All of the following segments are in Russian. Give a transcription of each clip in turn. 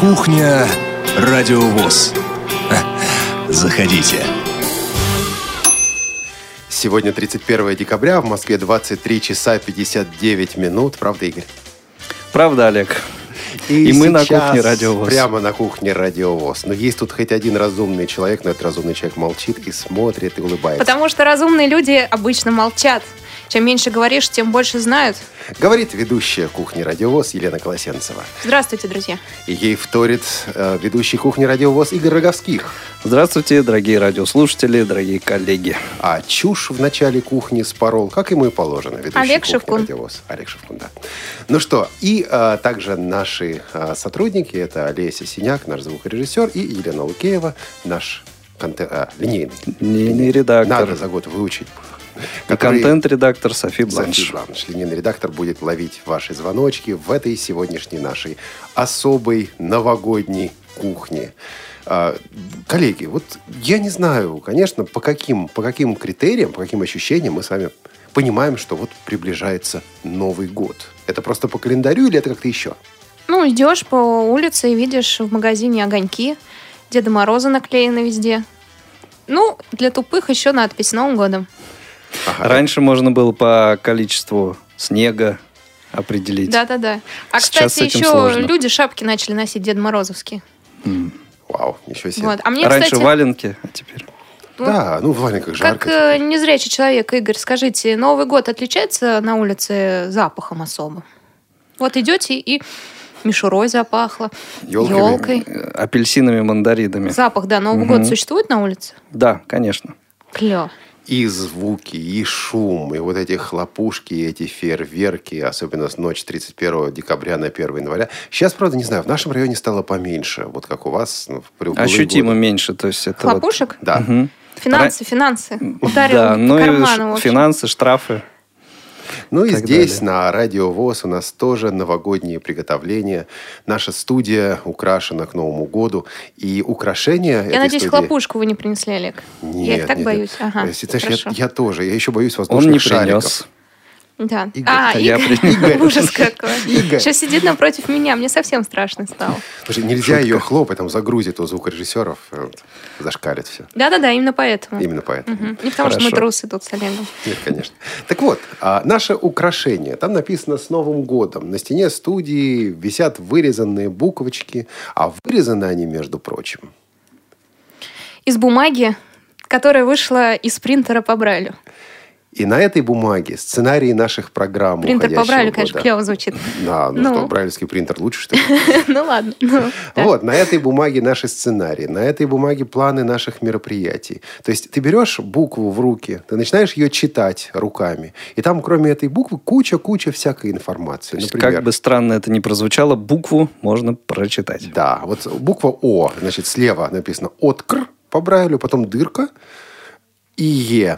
Кухня Радио ВОС. Заходите. Сегодня 31 декабря, в Москве 23 часа 59 минут. Правда, Игорь? Правда, Олег. И мы на кухне Радио ВОС. Прямо на кухне Радио ВОС. Но есть тут хоть один разумный человек, но этот разумный человек молчит и смотрит, и улыбается. Потому что разумные люди обычно молчат. Чем меньше говоришь, тем больше знают. Говорит ведущая кухни Радио ВОС Елена Колосенцева. Здравствуйте, друзья. И ей вторит ведущий кухни Радио ВОС Игорь Роговских. Здравствуйте, дорогие радиослушатели, дорогие коллеги. А чушь в начале кухни спорол, как ему и положено, ведущий Олег кухни Шевкун. Радио ВОС. Олег Шевкун, да. Ну что, и также наши сотрудники, это Олеся Синяк, наш звукорежиссер, и Елена Лукеева, наш линейный редактор. Надо за год выучить. И контент-редактор Софи Бланш. Софи Бланш. Линейный редактор будет ловить ваши звоночки в этой сегодняшней нашей особой новогодней кухне. Коллеги, вот я не знаю, конечно, по каким критериям, по каким ощущениям мы с вами понимаем, что вот приближается Новый год. Это просто по календарю или это как-то еще? Ну, идешь по улице и видишь в магазине огоньки, Деда Мороза наклеены везде. Ну, для тупых еще надпись «С Новым годом». Ага. Раньше можно было по количеству снега определить. Да-да-да. А, Сейчас кстати, с этим еще сложно. люди шапки начали носить Дед Морозовские. Вау, ничего себе. Вот. А мне, Раньше кстати, валенки, а теперь... Да, ну в валенках жарко. как незрячий человек, Игорь, скажите, Новый год отличается на улице запахом особым? Вот идете и мишурой запахло, елкой. Апельсинами, мандаринами. Запах, да, Нового года существует на улице? Да, конечно. Клево. И звуки, и шум, и вот эти хлопушки, и эти фейерверки, особенно с ночи 31 декабря на 1 января. Сейчас, правда, не знаю, в нашем районе стало поменьше, вот как у вас. Ощутимо меньше. То есть это Хлопушек? Да. Мгм. Финансы. Ударил Да, по ну карману. в и общем. финансы, штрафы. Ну и так здесь, далее. на Радио ВОС, у нас тоже новогодние приготовления. Наша студия украшена к Новому году. И украшения этой Я надеюсь, студии... хлопушку вы не принесли, Олег. Нет, Я их так нет, боюсь. нет. Ага, Если ты знаешь, хорошо. я тоже. Я еще боюсь Он воздушных не шариков. принес. Да. Игорь. Я Игорь. Ужас какой. Игорь. Сейчас сидит напротив меня. Мне совсем страшно стало. Слушай, нельзя ее хлопать, там загрузит у звукорежиссеров. Зашкалит все. Да-да-да, именно поэтому. Именно поэтому. Мгм. Не потому, что мы Хорошо. трусы тут с Олегом. Нет, конечно. Так вот, наше украшение. Там написано «С Новым годом». На стене студии висят вырезанные буквочки. А вырезаны они, между прочим. Из бумаги, которая вышла из принтера по Брайлю. И на этой бумаге сценарии наших программ Принтер по уходящего Брайлю, года. конечно, клево звучит. Да, ну Ну. что, брайлевский принтер лучше, что ли? Ну ладно. ну, да. Вот, на этой бумаге наши сценарии, на этой бумаге планы наших мероприятий. То есть ты берешь букву в руки, ты начинаешь ее читать руками. И там, кроме этой буквы, куча всякой информации. То есть, Например, как бы странно это ни прозвучало, букву можно прочитать. Да, вот буква О, значит, слева написано «Откр» по Брайлю, потом дырка и Е.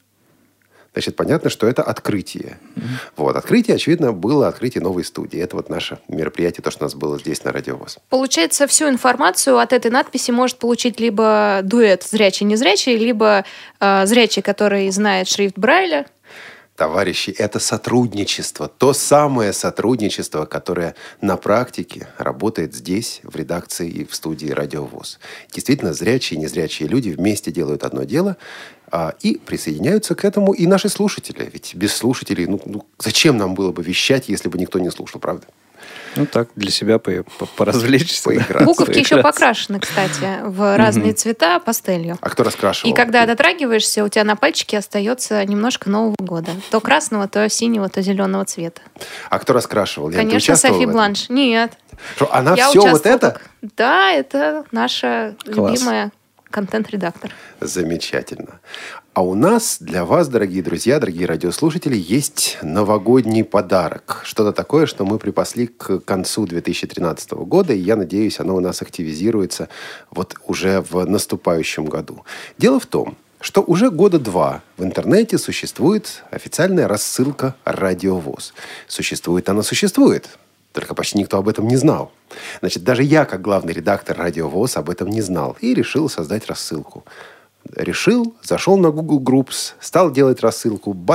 Значит, понятно, что это открытие. Вот, открытие, очевидно, было открытие новой студии. Это вот наше мероприятие, то, что у нас было здесь на Радио ВОС. Получается, всю информацию от этой надписи может получить либо дуэт зрячий-незрячий, либо зрячий, который знает шрифт Брайля. Товарищи, это сотрудничество. То самое сотрудничество, которое на практике работает здесь, в редакции и в студии Радио ВОС. Действительно, зрячие и незрячие люди вместе делают одно дело, и присоединяются к этому и наши слушатели. Ведь без слушателей, зачем нам было бы вещать, если бы никто не слушал, правда? Ну так, для себя поразвлечься. Поиграться. Буковки еще Поиграться. покрашены, кстати, в разные цвета пастелью. А кто раскрашивал? И когда дотрагиваешься, у тебя на пальчике остается немножко Нового года. То красного, то синего, то зеленого цвета. А кто раскрашивал? Лен, ты Конечно, участвовала Софи в этом? Бланш. Нет. Что, она Я все вот участвовала это? только- Да, это наша Класс. любимая контент-редактор. Замечательно. А у нас для вас, дорогие друзья, дорогие радиослушатели, есть новогодний подарок. Что-то такое, что мы припасли к концу 2013 года, и я надеюсь, оно у нас активизируется вот уже в наступающем году. Дело в том, что уже года 2 в интернете существует официальная рассылка «Радио ВОС». Существует она, существует. Только почти никто об этом не знал. Значит, даже я, как главный редактор Радио ВОС, об этом не знал. И решил создать рассылку. Зашел на Google Groups, стал делать рассылку. Бац!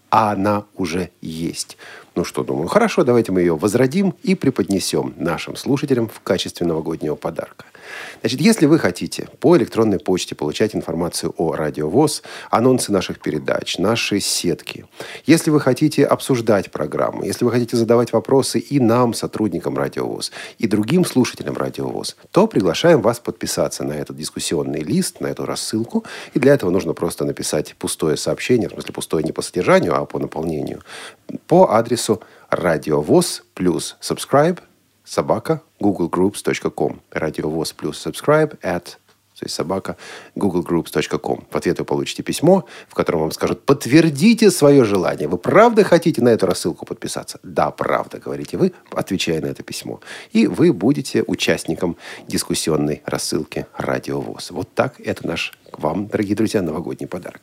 а она уже есть. Ну что, думаю, хорошо, давайте мы ее возродим и преподнесем нашим слушателям в качестве новогоднего подарка. Значит, если вы хотите по электронной почте получать информацию о Радио ВОС, анонсы наших передач, наши сетки, если вы хотите обсуждать программы, если вы хотите задавать вопросы и нам, сотрудникам Радио ВОС, и другим слушателям Радио ВОС, то приглашаем вас подписаться на этот дискуссионный лист, на эту рассылку. И для этого нужно просто написать пустое сообщение, в смысле пустое не по содержанию, а по наполнению, по адресу радиовоз плюс subscribe @googlegroups.com. Радиовоз плюс subscribe то есть @googlegroups.com. В ответ вы получите письмо, в котором вам скажут: подтвердите свое желание. Вы правда хотите на эту рассылку подписаться? Да, правда, говорите вы, отвечая на это письмо. И вы будете участником дискуссионной рассылки Радио ВОС. Вот так это наш к вам, дорогие друзья, новогодний подарок.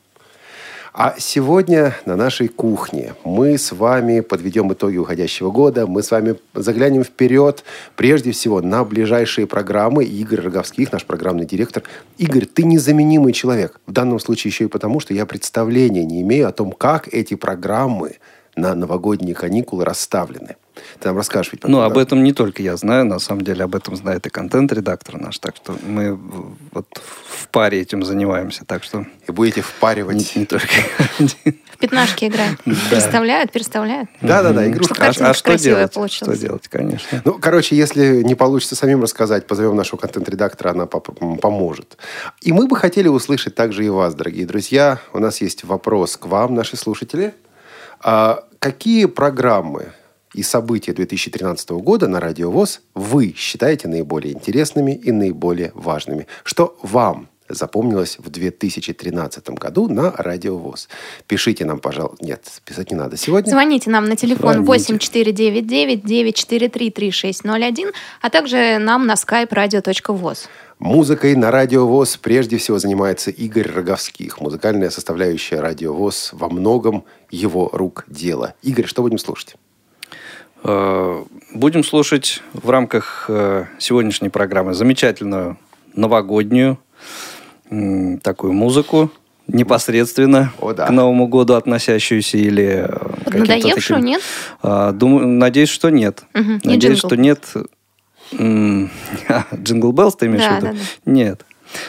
А сегодня на нашей кухне мы с вами подведем итоги уходящего года. Мы с вами заглянем вперед, прежде всего, на ближайшие программы. Игорь Роговских, наш программный директор. Игорь, ты незаменимый человек. В данном случае еще и потому, что я представления не имею о том, как эти программы на новогодние каникулы расставлены. Ты нам расскажешь ведь потом, об этом не только я знаю, на самом деле об этом знает и контент-редактор наш, так что мы вот в паре этим занимаемся, так что... И будете впаривать... Не только. В пятнашки играем. Переставляют. Да, игрушка. А что делать? Получилось. Что делать, конечно. Если не получится самим рассказать, позовем нашего контент-редактора, она поможет. И мы бы хотели услышать также и вас, дорогие друзья. У нас есть вопрос к вам, наши слушатели. Какие программы и события 2013 года на Радио ВОС вы считаете наиболее интересными и наиболее важными? Что вам запомнилось в 2013 году на Радио ВОС? Пишите нам, пожалуйста. Нет, писать не надо сегодня. Звоните нам на телефон 8499-943-3601, а также нам на skype radio.voz. Музыкой на Радио ВОС прежде всего занимается Игорь Роговских. Музыкальная составляющая Радио ВОС во многом его рук дело. Игорь, что будем слушать? Будем слушать в рамках сегодняшней программы замечательную новогоднюю такую музыку, непосредственно к Новому году относящуюся или... Надоевшую, нет? Надеюсь, что нет. Надеюсь, что нет. Джингл Беллс ты имеешь в виду? Да. Нет.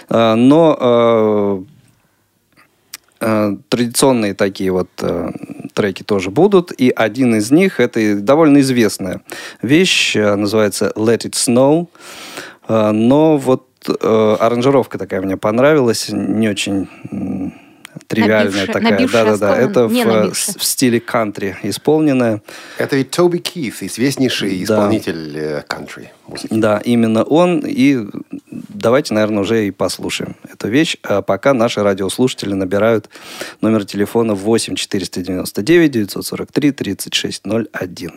Но традиционные такие вот треки тоже будут. И один из них, это довольно известная вещь, называется Let It Snow. Но вот аранжировка такая мне понравилась, не очень тривиальная такая. Да. Это в стиле кантри исполненная. Это ведь Тоби Кит, известнейший исполнитель кантри музыки. Да, именно он. И давайте, наверное, уже и послушаем эту вещь. А пока наши радиослушатели набирают номер телефона 8 499 943 3601.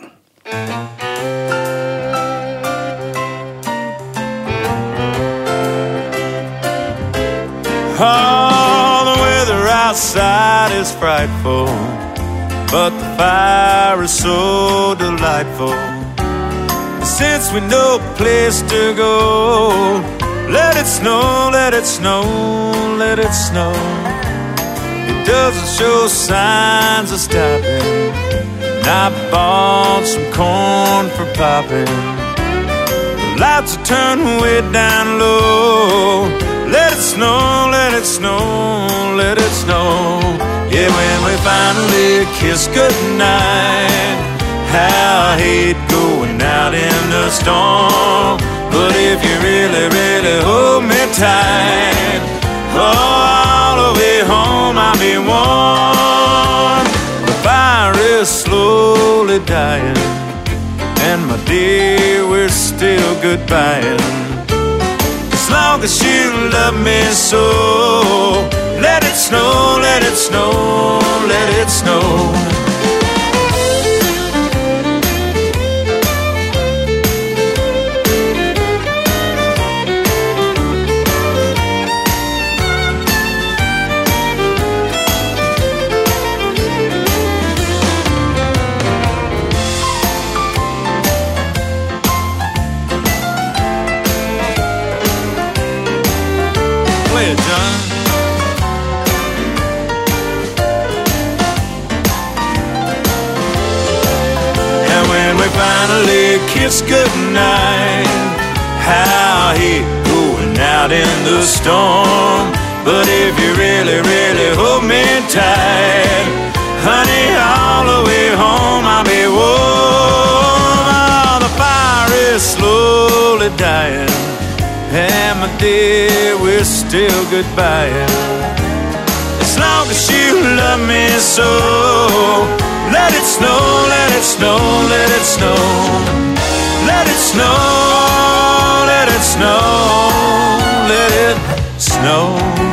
Outside is frightful, but the fire is so delightful. Since we know a place to go, let it snow, let it snow, let it snow. It doesn't show signs of stopping, and I bought some corn for popping. The lights are turned way down low. Let it snow, let it snow, let it snow. Yeah, when we finally kiss goodnight, how I hate going out in the storm. But if you really, really hold me tight, all the way home I'll be warm. The fire is slowly dying, and my dear, we're still goodbying. As long as you love me so, let it snow, let it snow, let it snow. finally kiss goodnight. How I hate going out in the storm, but if you really, really hold me tight, honey, all the way home I'll be warm. Oh, the fire is slowly dying, and my dear, we're still goodbye. As long as you love me so, let it snow, let it snow, let it snow. Let it snow, let it snow, let it snow.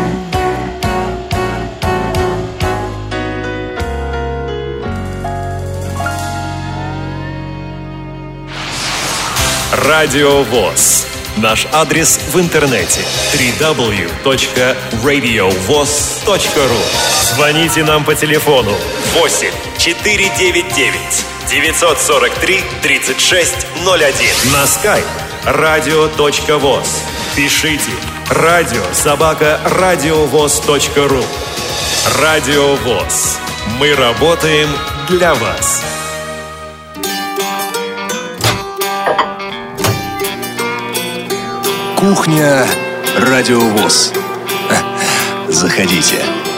Радио ВОС. Наш адрес в интернете www.radiovoz.ru. Звоните нам по телефону 8 499 943 3601. На скайп radio.voz. Пишите radio@radiovoz.ru. Радио ВОС. Мы работаем для вас. Кухня Радио ВОС. Заходите.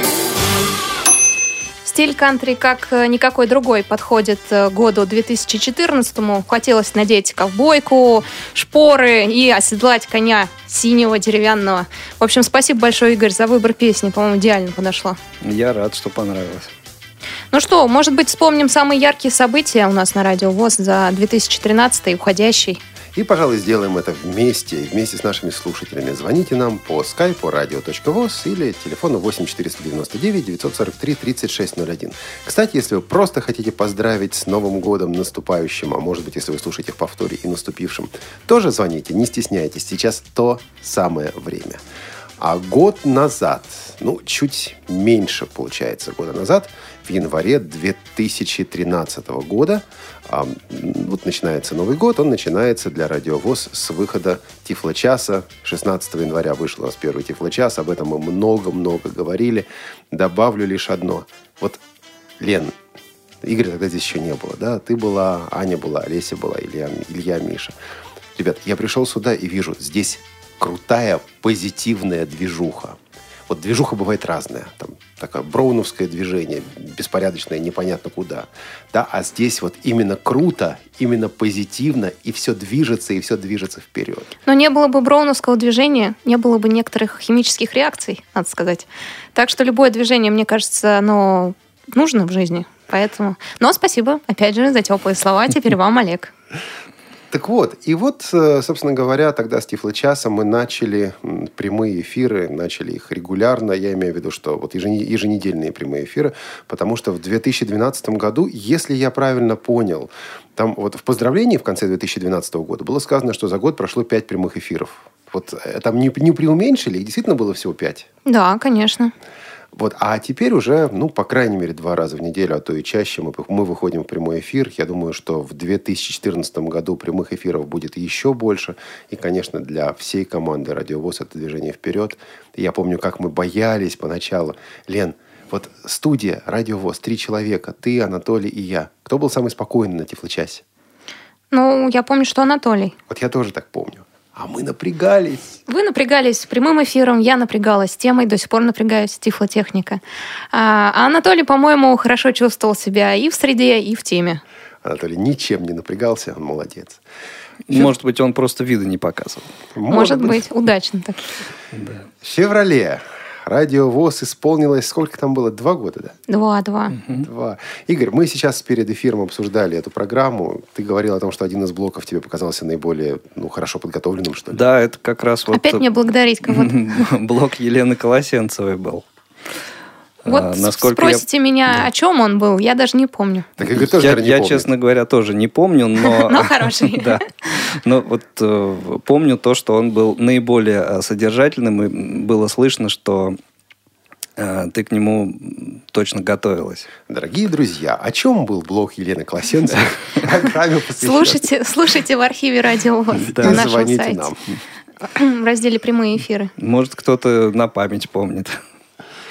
Стиль кантри, как никакой другой, подходит к году 2014-му. Хотелось надеть ковбойку, шпоры и оседлать коня синего, деревянного. В общем, спасибо большое, Игорь, за выбор песни. По-моему, идеально подошла. Я рад, что понравилось. Ну что, может быть, вспомним самые яркие события у нас на Радио ВОС за 2013 и уходящий. И, пожалуй, сделаем это вместе с нашими слушателями. Звоните нам по скайпу radio.voz или телефону 8 499 943 3601. Кстати, если вы просто хотите поздравить с Новым годом наступающим, а может быть, если вы слушаете в повторе и наступившим, тоже звоните, не стесняйтесь. Сейчас то самое время. А год назад, чуть меньше, получается, года назад, в январе 2013 года, начинается Новый год, он начинается для Радио ВОС с выхода Тифлочаса. 16 января вышел у нас первый Тифлочас, об этом мы много-много говорили. Добавлю лишь одно. Лен, Игоря тогда здесь еще не было, да? Ты была, Аня была, Олеся была, Илья, Миша. Ребят, я пришел сюда и вижу, здесь крутая, позитивная движуха. Движуха бывает разная. Там такое броуновское движение, беспорядочное, непонятно куда. Да? А здесь именно круто, именно позитивно, и все движется вперед. Но не было бы броуновского движения, не было бы некоторых химических реакций, надо сказать. Так что любое движение, мне кажется, оно нужно в жизни. Поэтому... Но спасибо, опять же, за теплые слова. Теперь вам, Олег. Так собственно говоря, тогда с Тифлочасом мы начали прямые эфиры, начали их регулярно. Я имею в виду, что еженедельные прямые эфиры, потому что в 2012 году, если я правильно понял, там в поздравлении в конце 2012 года было сказано, что за год прошло 5 прямых эфиров. Там не преуменьшили, их действительно было всего 5? Да, конечно. А теперь уже, по крайней мере, 2 раза в неделю, а то и чаще мы выходим в прямой эфир. Я думаю, что в 2014 году прямых эфиров будет еще больше. И, конечно, для всей команды Радио ВОС это движение вперед. Я помню, как мы боялись поначалу. Лен, студия Радио ВОС, 3 человека, ты, Анатолий и я. Кто был самый спокойный на Тифлочасе? Я помню, что Анатолий. Я тоже так помню. А мы напрягались. Вы напрягались прямым эфиром, я напрягалась темой, до сих пор напрягаюсь, тифлотехника. А Анатолий, по-моему, хорошо чувствовал себя и в среде, и в теме. Анатолий ничем не напрягался, он молодец. Может быть, он просто вида не показывал. Может быть, удачно так. Да. В феврале Радио ВОС исполнилось, сколько там было, 2 года, да? 2. Игорь, мы сейчас перед эфиром обсуждали эту программу. Ты говорил о том, что один из блоков тебе показался наиболее, хорошо подготовленным, что ли? Да, это как раз Опять мне благодарить кого-то. Блок Елены Колосенцевой был. Спросите меня, о чем он был, я даже не помню. Так Игорь тоже не помню. Я, честно говоря, тоже не помню, но... Но хороший. Да. Но помню то, что он был наиболее содержательным, и было слышно, что ты к нему точно готовилась. Дорогие друзья, о чем был блог Елены Колосенцевой? Слушайте в архиве Радио ВОС на нашем сайте. В разделе «Прямые эфиры». Может, кто-то на память помнит.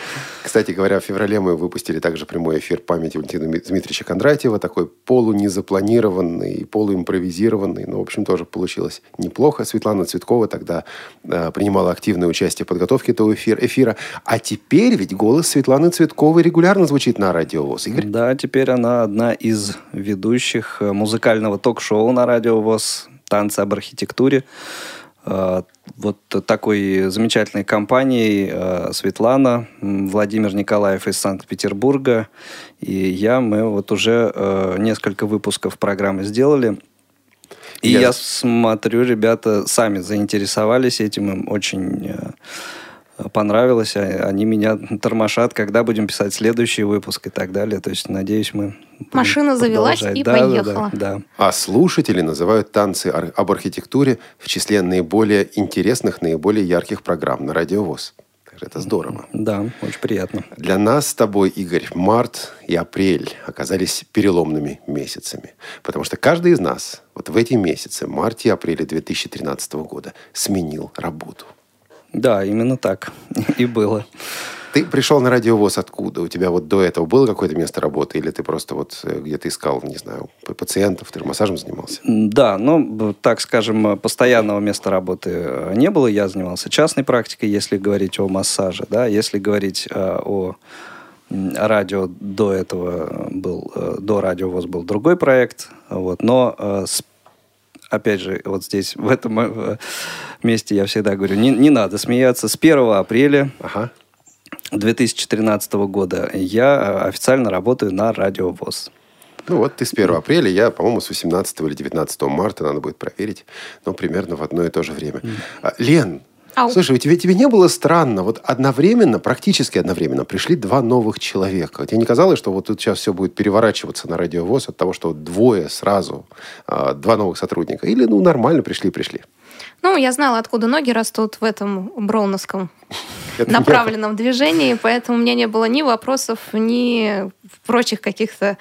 Кстати говоря, в феврале мы выпустили также прямой эфир памяти Валентина Дмитриевича Кондратьева, такой полунезапланированный, полуимпровизированный, но, в общем, тоже получилось неплохо. Светлана Цветкова тогда принимала активное участие в подготовке этого эфира. А теперь ведь голос Светланы Цветковой регулярно звучит на Радио ВОС, Игорь. Да, теперь она одна из ведущих музыкального ток-шоу на Радио ВОС «Танцы об архитектуре». Вот такой замечательной компанией Светлана, Владимир Николаев из Санкт-Петербурга и я, мы вот уже несколько выпусков программы сделали. И я смотрю, ребята сами заинтересовались этим, им очень понравилось, они меня тормошат, когда будем писать следующий выпуск и так далее. То есть, надеюсь, мы машина завелась и поехала. Да. А слушатели называют танцы об архитектуре в числе наиболее интересных, наиболее ярких программ на Радио ВОС. Это здорово. Да, очень приятно. Для нас с тобой, Игорь, март и апрель оказались переломными месяцами. Потому что каждый из нас вот в эти месяцы, марте и апреле 2013 года, сменил работу. Да, именно так и было. Ты пришел на Радио ВОС откуда? У тебя вот до этого было какое-то место работы? Или ты просто вот где-то искал, не знаю, пациентов, ты массажем занимался? Да, ну, так скажем, постоянного места работы не было. Я занимался частной практикой, если говорить о массаже. Да? Если говорить о радио, до этого до Радио ВОС был другой проект. Вот, но опять же, вот здесь, в этом месте я всегда говорю, не надо смеяться. С 1 апреля 2013 года я официально работаю на Радио ВОС. Ну вот ты с 1 апреля, я, по-моему, с 18 или 19 марта, надо будет проверить, но примерно в одно и то же время. Лен, слушай, тебе не было странно? Вот одновременно, практически одновременно пришли два новых человека. Тебе не казалось, что вот тут сейчас все будет переворачиваться на Радио ВОС от того, что двое сразу, два новых сотрудника? Или, нормально пришли? Ну, я знала, откуда ноги растут в этом броуновском направленном движении, поэтому у меня не было ни вопросов, ни прочих каких-то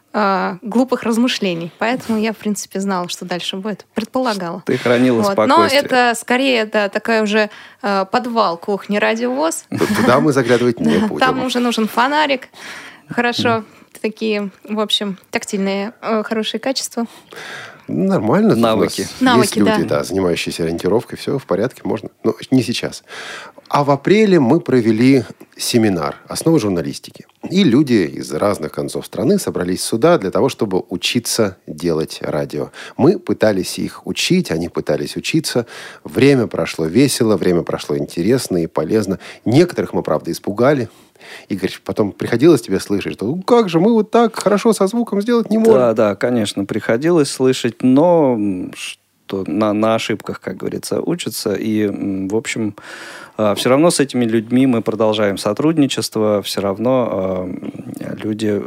глупых размышлений. Поэтому я, в принципе, знала, что дальше будет. Предполагала. Ты хранила спокойствие. Но это скорее, такая уже подвал кухни Радио ВОС. Туда мы заглядывать не будем. Там уже нужен фонарик. Хорошо. Такие, в общем, тактильные, хорошие качества. Нормально. Навыки. Есть люди, занимающиеся ориентировкой. Все в порядке, можно. Но не сейчас. А в апреле мы провели семинар «Основы журналистики». И люди из разных концов страны собрались сюда для того, чтобы учиться делать радио. Мы пытались их учить, они пытались учиться. Время прошло весело, время прошло интересно и полезно. Некоторых мы, правда, испугали. Игорь, потом приходилось тебе слышать, что как же, мы вот так хорошо со звуком сделать не можем. Да, конечно, приходилось слышать, но что на ошибках, как говорится, учатся. И, в общем, все равно с этими людьми мы продолжаем сотрудничество, все равно люди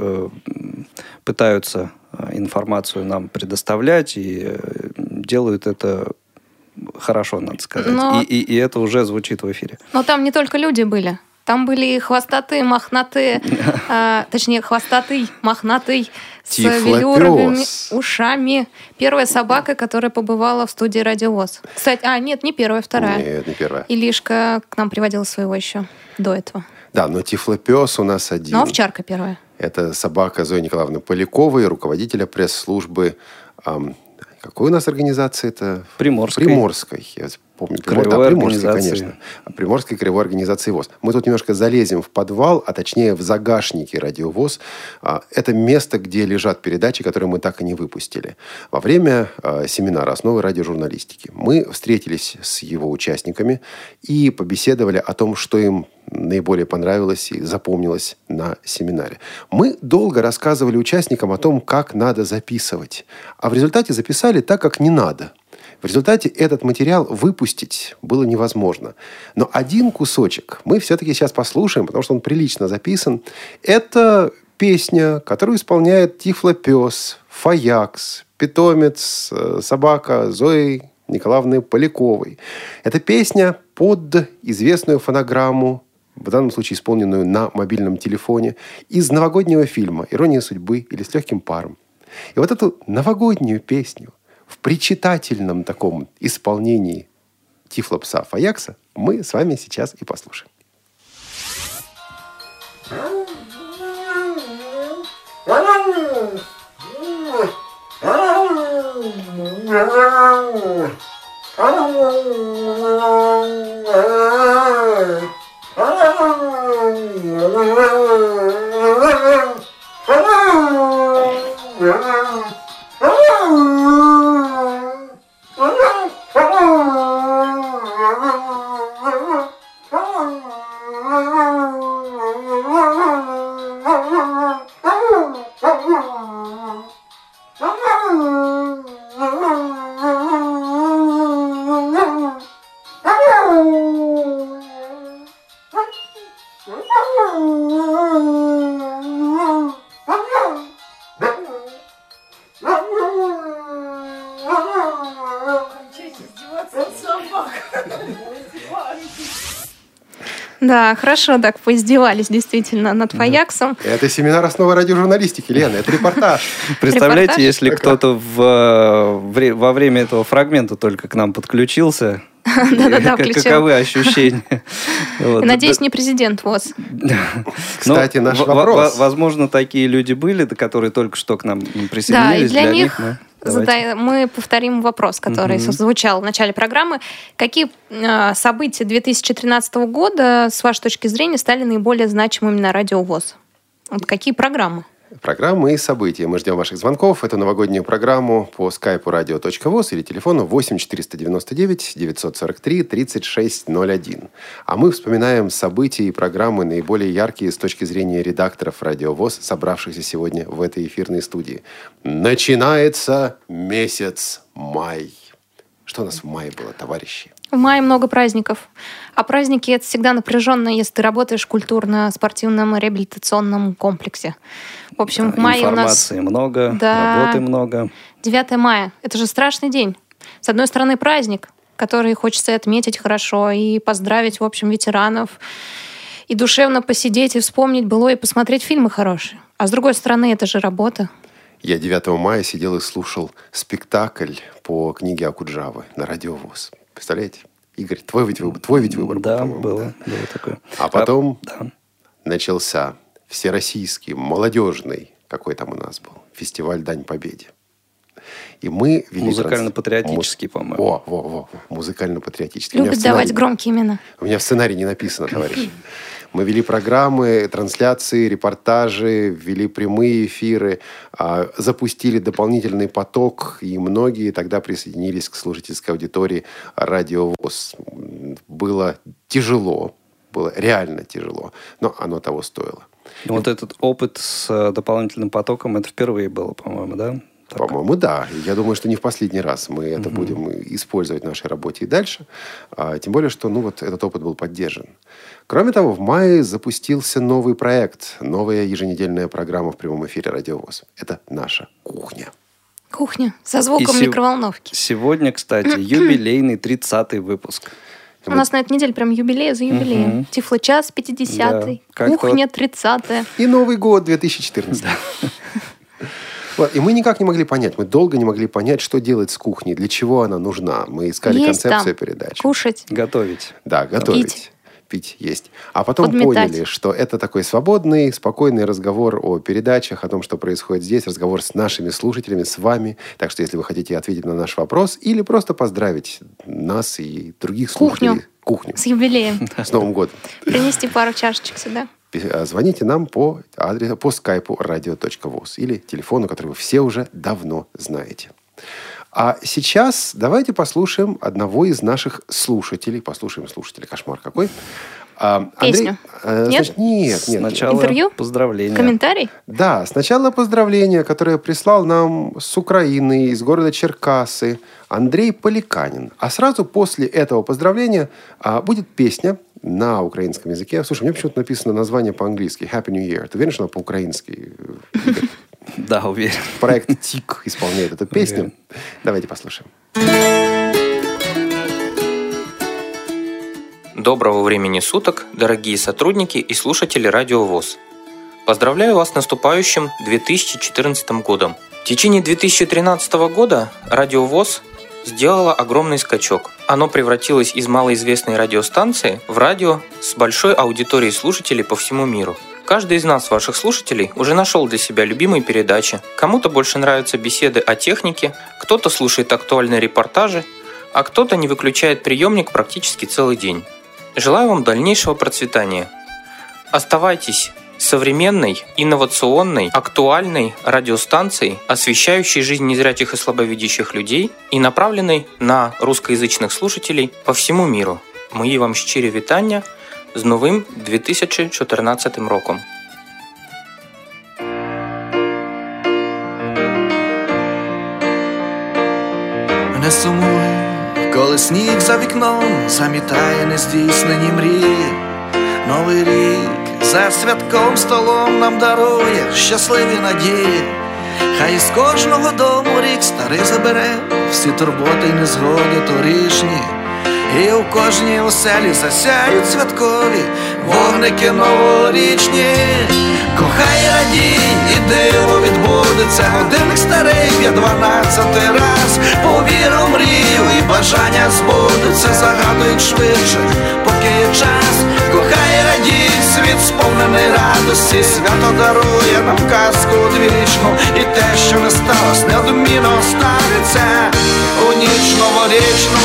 пытаются информацию нам предоставлять и делают это хорошо, надо сказать. И это уже звучит в эфире. Но там не только люди были. Там были хвостатые, мохнатые, точнее, хвостатый, мохнатый, с велюровыми ушами. Первая собака, которая побывала в студии Радио ВОС. Кстати, нет, не первая, вторая. Нет, не первая. Илишка к нам приводила своего еще до этого. Да, но тифлопес у нас один. Но овчарка первая. Это собака Зои Николаевны Поляковой, руководителя пресс-службы. Какой у нас организации это? Приморской. Я помню. Приморской, конечно. Приморской краевой организации ВОС. Мы тут немножко залезем в подвал, а точнее в загашники Радио ВОС. Это место, где лежат передачи, которые мы так и не выпустили. Во время семинара «Основы радиожурналистики» мы встретились с его участниками и побеседовали о том, что им наиболее понравилось и запомнилось на семинаре. Мы долго рассказывали участникам о том, как надо записывать. А в результате записали так, как не надо. В результате этот материал выпустить было невозможно. Но один кусочек мы все-таки сейчас послушаем, потому что он прилично записан. Это песня, которую исполняет тифлопес, фаякс, питомец, собака Зои Николаевны Поляковой. Это песня под известную фонограмму, в данном случае исполненную на мобильном телефоне, из новогоднего фильма «Ирония судьбы» или «С легким паром». И вот эту новогоднюю песню в причитательном таком исполнении тифлопса Фаякса мы с вами сейчас и послушаем. Да, хорошо так поиздевались действительно над Фаяксом. Это семинар основы радиожурналистики, Лена, это репортаж. Представляете, Репортаж? если кто-то во время этого фрагмента только к нам подключился, Да-да-да, включил. каковы ощущения? Вот. Надеюсь, не президент ВОЗ. Кстати, Ну, наш вопрос. Возможно, такие люди были, которые только что к нам присоединились. Да, и для них давайте. мы повторим вопрос, который звучал в начале программы. Какие события 2013 года, с вашей точки зрения, стали наиболее значимыми на радио ВОЗ? Вот какие программы? Программы и события. Мы ждем ваших звонков. Эту новогоднюю программу по скайпу radio.voz или телефону 8 499 943 3601. А мы вспоминаем события и программы наиболее яркие с точки зрения редакторов Радио ВОЗ, собравшихся сегодня в этой эфирной студии. Начинается месяц май. Что у нас в мае было, товарищи? В мае много праздников. А праздники — это всегда напряженно, если ты работаешь в культурно-спортивном реабилитационном комплексе. В общем, в мае у нас... Информации много, Да. работы много. 9 мая. Это же страшный день. С одной стороны, праздник, который хочется отметить хорошо и поздравить, в общем, ветеранов, и душевно посидеть и вспомнить былое, и посмотреть фильмы хорошие. А с другой стороны, это же работа. Я 9 мая сидел и слушал спектакль по книге Окуджавы на Радио ВОЗ. Представляете? Игорь, твой ведь выбор был, Да, по-моему. было такое. А потом Да. начался всероссийский, молодежный, какой там у нас был, фестиваль «Дань Победе». И мы вели... Музыкально-патриотический, по-моему. Во. Музыкально-патриотический. У меня в Любит давать сценарии- громкие имена. У меня в сценарии не написано, товарищи. Мы вели программы, трансляции, репортажи, вели прямые эфиры, запустили дополнительный поток, и многие тогда присоединились к слушательской аудитории Радио ВОЗ. Было тяжело, было реально тяжело, но оно того стоило. Вот этот опыт с дополнительным потоком, это впервые было, по-моему, да? Так. По-моему, да. Я думаю, что не в последний раз мы это будем использовать в нашей работе и дальше. Тем более, что этот опыт был поддержан. Кроме того, в мае запустился новый проект, новая еженедельная программа в прямом эфире Радио ВОЗ. Это «Наша кухня». Кухня со звуком микроволновки. Сегодня, кстати, юбилейный 30-й выпуск. У нас на этой неделе прям юбилей за юбилеем. Тифло-час 50-й, Да. кухня 30-я. И Новый год 2014. Вот, и мы никак не могли понять, мы долго не могли понять, что делать с кухней, для чего она нужна. Мы искали Есть концепцию там, передачи. кушать. Готовить. Да, готовить. Пить, есть. А потом Подметать. поняли, что это такой свободный, спокойный разговор о передачах, о том, что происходит здесь, разговор с нашими слушателями, с вами. Так что, если вы хотите ответить на наш вопрос или просто поздравить нас и других слушателей. Кухню. С юбилеем. С Новым годом. Принести пару чашечек сюда. Звоните нам по адресу, по скайпу radio.voz или телефону, который вы все уже давно знаете. А сейчас давайте послушаем одного из наших слушателей. Послушаем слушателя. Кошмар какой. Песню. Нет? Нет. Сначала Интервью? поздравления. Комментарий? Да, сначала поздравление, которое прислал нам с Украины, из города Черкассы, Андрей Поликанин. А сразу после этого поздравления будет песня на украинском языке. Слушай, у меня почему-то написано название по-английски. Happy New Year. Ты уверен, что она по-украински? Да, уверен. Проект ТИК исполняет эту песню. Давайте послушаем. Доброго времени суток, дорогие сотрудники и слушатели Радио ВОЗ. Поздравляю вас с наступающим 2014 годом. В течение 2013 года Радио ВОЗ сделало огромный скачок. Оно превратилось из малоизвестной радиостанции в радио с большой аудиторией слушателей по всему миру. Каждый из нас, ваших слушателей, уже нашел для себя любимые передачи. Кому-то больше нравятся беседы о технике, кто-то слушает актуальные репортажи, а кто-то не выключает приемник практически целый день. Желаю вам дальнейшего процветания. Оставайтесь современной, инновационной, актуальной радиостанцией, освещающей жизнь незрячих и слабовидящих людей и направленной на русскоязычных слушателей по всему миру. Мої вам щирі вітання з новим 2014 роком. Не сумуй, коли сніг за вікном замітає нездійснені мрії. Новий рік за святком столом нам дарує щасливі надії. Хай із кожного дому рік старий забере всі турботи й незгоди торішні. І у кожній оселі засяють святкові вогники новорічні. Кохай, радій, і диво відбудеться, годинник старий б'є 12-й раз. Повір у мрію, і бажання збудуться, загадують швидше, поки є час. Кохай, радій, світ сповнений радості, свято дарує нам казку одвічну. І те, що не сталося, неодмінно станеться у ніч новорічну.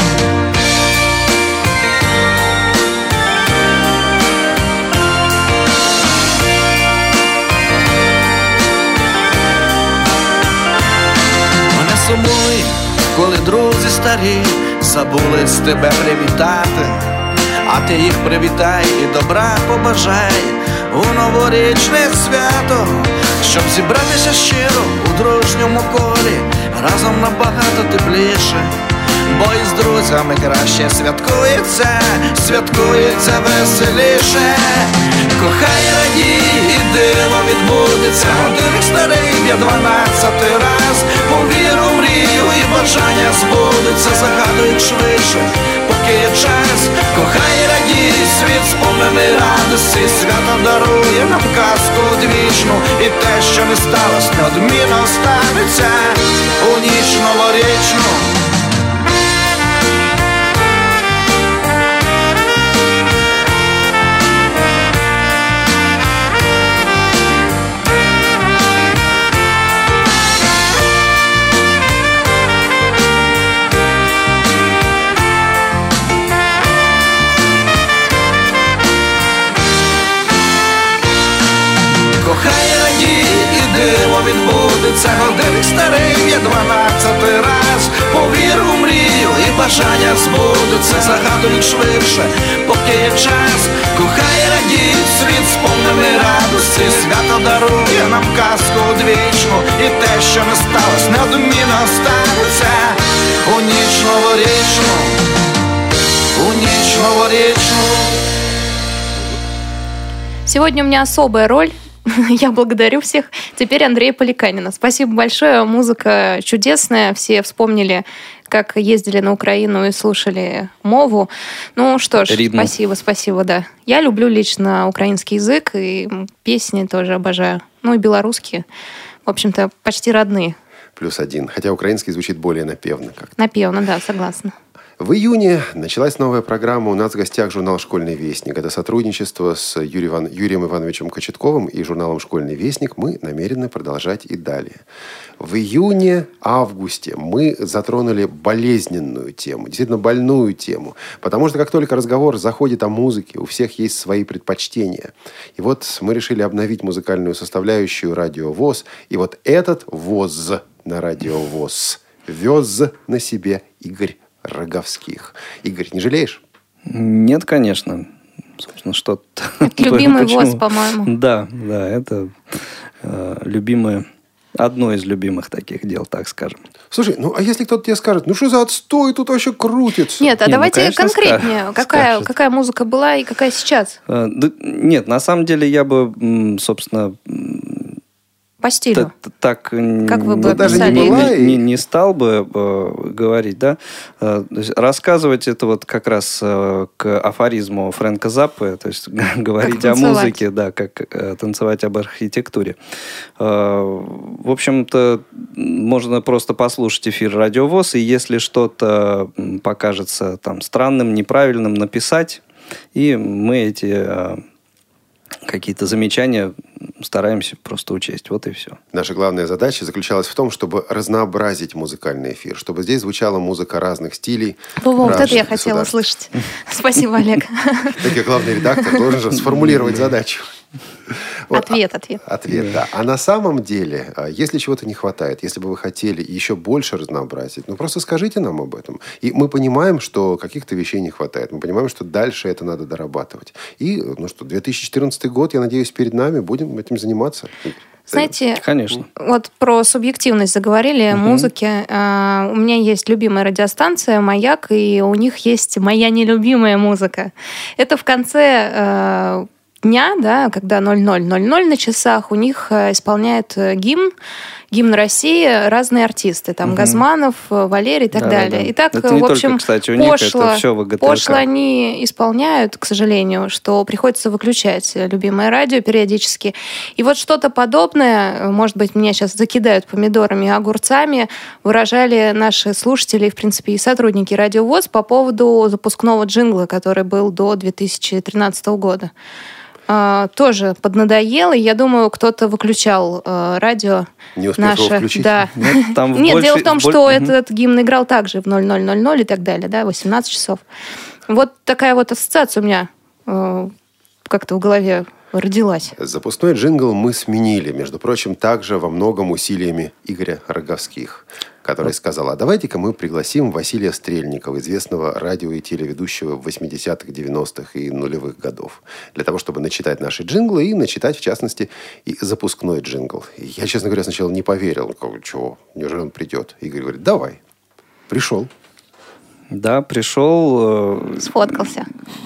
Сумуй, коли друзі старі забули з тебе привітати, а ти їх привітай і добра побажай у новорічне свято, щоб зібратися щиро у дружньому колі, разом набагато тепліше, бо із друзями краще святкується веселіше. Кохай, радій, і диво відбудеться, годинник старий б'є 12-й раз. Повір у мрію, і бажання збудуться, загадують швидше, поки є час. Кохай, радій, світ сповнений радості, свято дарує нам казку одвічну. І те, що не сталося, неодмінно станеться у ніч новорічну. Кохай, радій, і диво відбудеться, годинник старий б'є 12-й раз. Повір у мрію, і бажання збудуться, загадують швидше, поки є час. Кохай, радій, світ сповнений радості, свято дарує нам казку одвічну. І те, що не сталося, неодмінно станеться у ніч новорічну, у ніч новорічну. Сегодня у меня особая роль. Я благодарю всех. Теперь Андрея Поликанина. Спасибо большое. Музыка чудесная. Все вспомнили, как ездили на Украину и слушали мову. Ну что ж, Ридно. спасибо, да. Я люблю лично украинский язык, и песни тоже обожаю. Ну и белорусские. В общем-то, почти родные. +1. Хотя украинский звучит более напевно как-то. Напевно, да, согласна. В июне началась новая программа. У нас в гостях журнал «Школьный вестник». Это сотрудничество с Юрием Ивановичем Кочетковым и журналом «Школьный вестник» мы намерены продолжать и далее. В июне-августе мы затронули болезненную тему, действительно больную тему. Потому что как только разговор заходит о музыке, у всех есть свои предпочтения. И вот мы решили обновить музыкальную составляющую «Радио ВОС». И вот этот ВОЗ на «Радио ВОС» вез на себе Игорь Роговских. Игорь, не жалеешь? Нет, конечно. Собственно, что-то... Это любимый ВОС, по-моему. Да, это любимое... Одно из любимых таких дел, так скажем. Слушай, ну а если кто-то тебе скажет, ну что за отстой, тут вообще крутится? Нет, давайте конечно, конкретнее. Какая музыка была и какая сейчас? Нет, на самом деле я бы, собственно... По стилю. Так как вы бы даже описали? не стал бы говорить, да. То есть рассказывать это вот как раз к афоризму Фрэнка Заппы, то есть говорить о музыке, да, как танцевать об архитектуре. В общем-то, можно просто послушать эфир Радио ВОС, и если что-то покажется там странным, неправильным, написать, и мы эти какие-то замечания стараемся просто учесть. Вот и все. Наша главная задача заключалась в том, чтобы разнообразить музыкальный эфир, чтобы здесь звучала музыка разных стилей. Вот это я хотела услышать. Спасибо, Олег. Так я главный редактор должен же сформулировать задачу. Ответ. Ответ, да. А на самом деле, если чего-то не хватает, если бы вы хотели еще больше разнообразить, просто скажите нам об этом. И мы понимаем, что каких-то вещей не хватает. Мы понимаем, что дальше это надо дорабатывать. И, 2014 год, я надеюсь, перед нами. Будем этим заниматься. Знаете, конечно. Вот про субъективность заговорили, музыки. У меня есть любимая радиостанция «Маяк», и у них есть моя нелюбимая музыка. Это в конце дня, да, когда 00:00 на часах, у них исполняют гимн России разные артисты. Там Газманов, Валерий и так далее. Да. И так, это не в общем, только, кстати, у них это все ВГТРК. Пошло они исполняют, к сожалению, что приходится выключать любимое радио периодически. И вот что-то подобное, может быть, меня сейчас закидают помидорами и огурцами, выражали наши слушатели, в принципе, и сотрудники Радио ВОС по поводу запускного джингла, который был до 2013 года. Тоже поднадоело, и я думаю, кто-то выключал радио. Не успел его включить? Да. Нет, дело в том, что этот гимн играл также в 00:00 и так далее, да, 18 часов. Вот такая вот ассоциация у меня как-то в голове родилась. Запускной джингл мы сменили, между прочим, также во многом усилиями Игоря Роговских, который сказал, а давайте-ка мы пригласим Василия Стрельникова, известного радио- и телеведущего 80-х, 90-х и нулевых годов, для того, чтобы начитать наши джинглы и начитать, в частности, и запускной джингл. И я, честно говоря, сначала не поверил. Чего? Неужели он придет? Игорь говорит, давай. Пришел. Да, пришел. Сфоткался.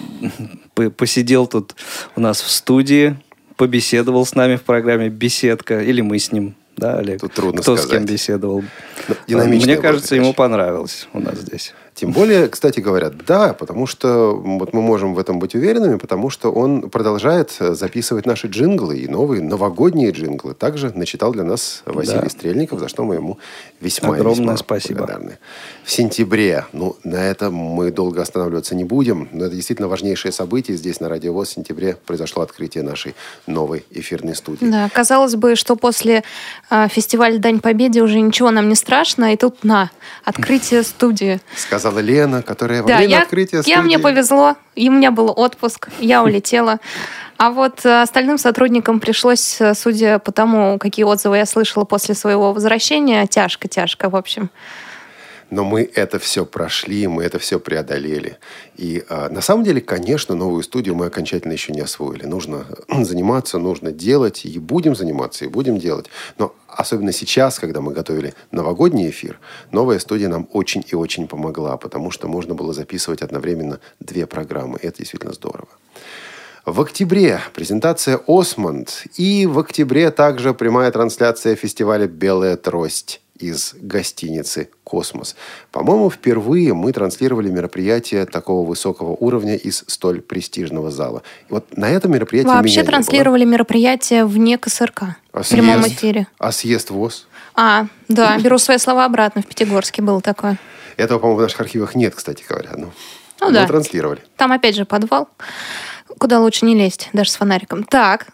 Посидел тут у нас в студии, побеседовал с нами в программе «Беседка». Или мы с ним, да, Олег? Тут трудно Кто сказать. с кем беседовал. Динамичная Мне кажется, речь. ему понравилось у нас здесь. Тем более, кстати, говорят, да, потому что вот мы можем в этом быть уверенными, потому что он продолжает записывать наши джинглы и новые новогодние джинглы. Также начитал для нас Василий Стрельников, за что мы ему весьма спасибо. благодарны. В сентябре, на этом мы долго останавливаться не будем, но это действительно важнейшее событие. Здесь на Радио ВОС в сентябре произошло открытие нашей новой эфирной студии. Да, казалось бы, что после фестиваля «Дань Победе» уже ничего нам не страшно, и тут открытие студии. Сказала Лена, которая во время открытия студии... Мне повезло, и у меня был отпуск, я улетела. А вот остальным сотрудникам пришлось, судя по тому, какие отзывы я слышала после своего возвращения, тяжко, в общем. Но мы это все прошли, мы это все преодолели. И на самом деле, конечно, новую студию мы окончательно еще не освоили. Нужно заниматься, нужно делать, и будем заниматься, и будем делать. Но особенно сейчас, когда мы готовили новогодний эфир, новая студия нам очень и очень помогла, потому что можно было записывать одновременно 2 программы. И это действительно здорово. В октябре презентация «Осмонд». И в октябре также прямая трансляция фестиваля «Белая трость» из гостиницы «Космос». По-моему, впервые мы транслировали мероприятие такого высокого уровня из столь престижного зала. И вот на этом мероприятии вообще транслировали мероприятие вне КСРК в прямом эфире. А съезд ВОС? Да, беру свои слова обратно. В Пятигорске было такое. Этого, по-моему, в наших архивах нет, кстати говоря. Да. Мы транслировали. Там, опять же, подвал, куда лучше не лезть, даже с фонариком. Так,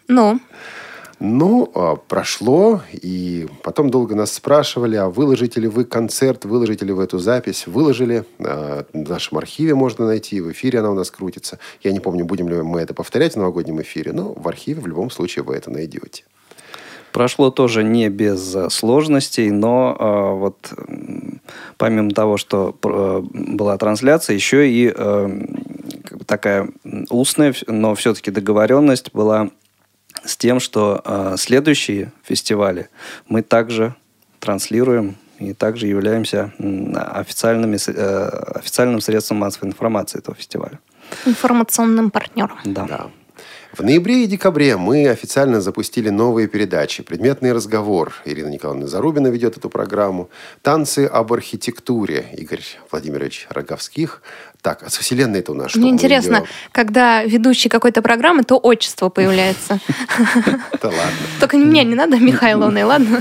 прошло, и потом долго нас спрашивали, а выложите ли вы концерт, выложите ли вы эту запись. Выложили. В нашем архиве можно найти, в эфире она у нас крутится. Я не помню, будем ли мы это повторять в новогоднем эфире, но в архиве в любом случае вы это найдете. Прошло тоже не без сложностей, но помимо того, что была трансляция, еще и такая устная, но все-таки договоренность была с тем, что следующие фестивали мы также транслируем и также являемся официальным средством массовой информации этого фестиваля. Информационным партнером. Да. В ноябре и декабре мы официально запустили новые передачи. «Предметный разговор». Ирина Николаевна Зарубина ведет эту программу. «Танцы об архитектуре». Игорь Владимирович Роговских. Так, а со Вселенной-то у нас что? Мне интересно, когда ведущий какой-то программы, то отчество появляется. Да ладно. Только мне не надо Михайловной, ладно?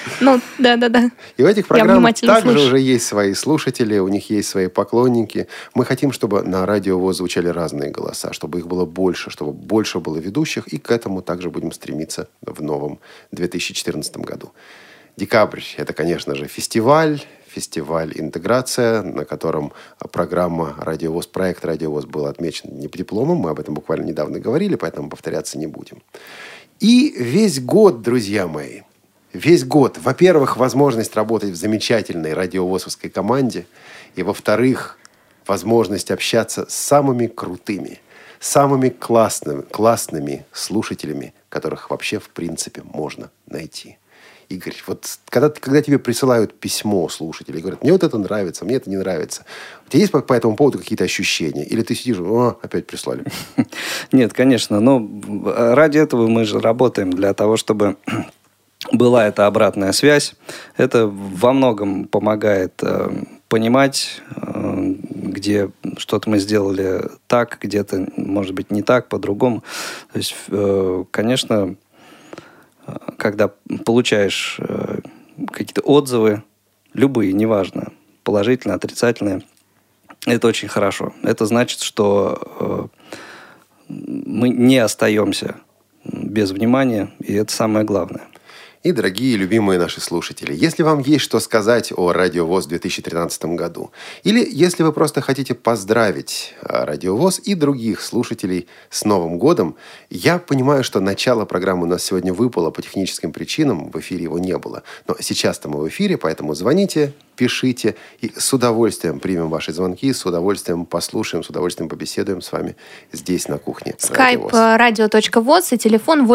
Ну, да. И у этих программ внимательно также слышу. уже есть свои слушатели, у них есть свои поклонники. Мы хотим, чтобы на Радио ВОС звучали разные голоса, чтобы их было больше, чтобы больше было ведущих, и к этому также будем стремиться в новом 2014 году. Декабрь – это, конечно же, фестиваль «Интеграция», на котором программа «Радио ВОС», проект «Радио ВОС» был отмечен не дипломом. Мы об этом буквально недавно говорили, поэтому повторяться не будем. И весь год, друзья мои, весь год, во-первых, возможность работать в замечательной радиовосовской команде, и, во-вторых, возможность общаться с самыми крутыми, самыми классными слушателями, которых вообще, в принципе, можно найти. Игорь, вот когда тебе присылают письмо слушатели и говорят, мне вот это нравится, мне это не нравится, у тебя есть по этому поводу какие-то ощущения? Или ты сидишь, опять прислали? Нет, конечно, но ради этого мы же работаем, для того, чтобы была эта обратная связь. Это во многом помогает понимать, где что-то мы сделали так, где-то, может быть, не так, по-другому. То есть, конечно, когда получаешь какие-то отзывы, любые, неважно, положительные, отрицательные, это очень хорошо. Это значит, что мы не остаемся без внимания, и это самое главное. И, дорогие, любимые наши слушатели, если вам есть что сказать о Радио ВОС в 2013 году, или если вы просто хотите поздравить Радио ВОС и других слушателей с Новым годом, я понимаю, что начало программы у нас сегодня выпало по техническим причинам, в эфире его не было. Но сейчас-то мы в эфире, поэтому звоните, пишите, и с удовольствием примем ваши звонки, с удовольствием послушаем, с удовольствием побеседуем с вами здесь, на кухне. Skype radio.voz и телефон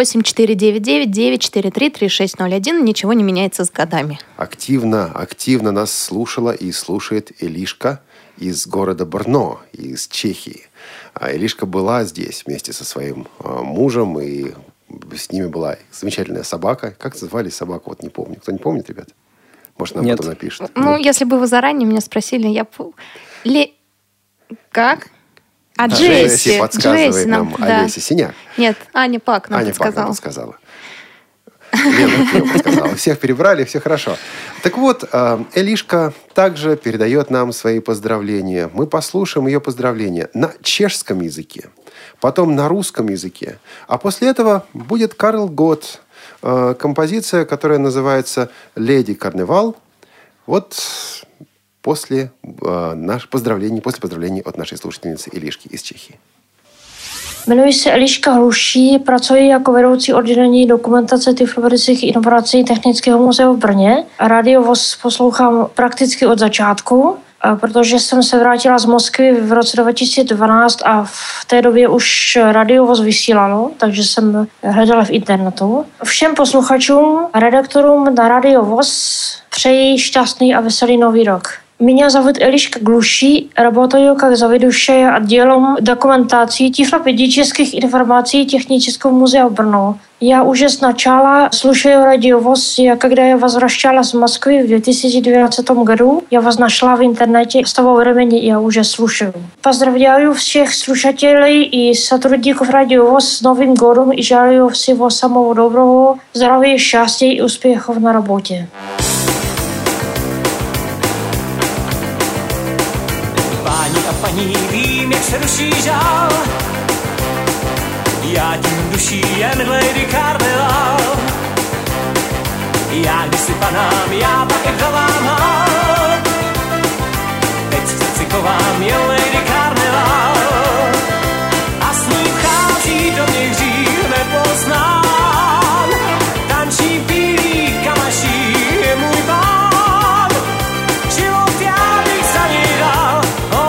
8499-943-3601. Ничего не меняется с годами. Активно нас слушала и слушает Элишка из города Брно, из Чехии. А Элишка была здесь вместе со своим мужем, и с ними была замечательная собака. Как звали собаку? Вот не помню. Кто не помнит, ребят? Может, нам потом напишет. Ну, если бы вы заранее меня спросили, я... Как? Джесси подсказывает нам, да. Олеся Синяк. Нет, Аня Пак нам подсказала. Аня Пак нам подсказала. Лена подсказала. Всех перебрали, все хорошо. Так вот, Элишка также передает нам свои поздравления. Мы послушаем ее поздравления на чешском языке, потом на русском языке. А после этого будет Карл Готт, композиция, которая называется «Леди Карневал». Вот после поздравлений от нашей слушательницы Элишки из Чехии. Jmenuji se Eliška Hluší, pracuji jako vedoucí oddělení dokumentace tyflopedických inovací Technického muzea v Brně. Radio VOS poslouchám prakticky od začátku, protože jsem se vrátila z Moskvy v roce 2012 a v té době už Radio VOS vysílalo, takže jsem hledala v internetu. Všem posluchačům a redaktorům na Radio VOS přeji šťastný a veselý nový rok. Меня зовут Элишка Глуши, работаю как заведующая отделом документации тифлопедических информаций Технического музея в Брно. Я уже сначала слушаю Radio ВОС, когда я возвращалась в Москву в 2012 году. Я вас нашла в интернете, с того времени я уже слушаю. Поздравляю всех слушателей и сотрудников Radio ВОС с Новым годом и желаю всего самого доброго, здоровья, счастья и успехов на работе. Paní, vím, jak se duší žál. Já tím duší jen Lady Carnival. Já kdysi panám, já pak jak dávám hál. Teď v srdci kovám jen Lady Carnival. A s ní vchází do mě hřích nepoznán. Tančí bílý kamaší je můj pán. Život já bych za něj dal.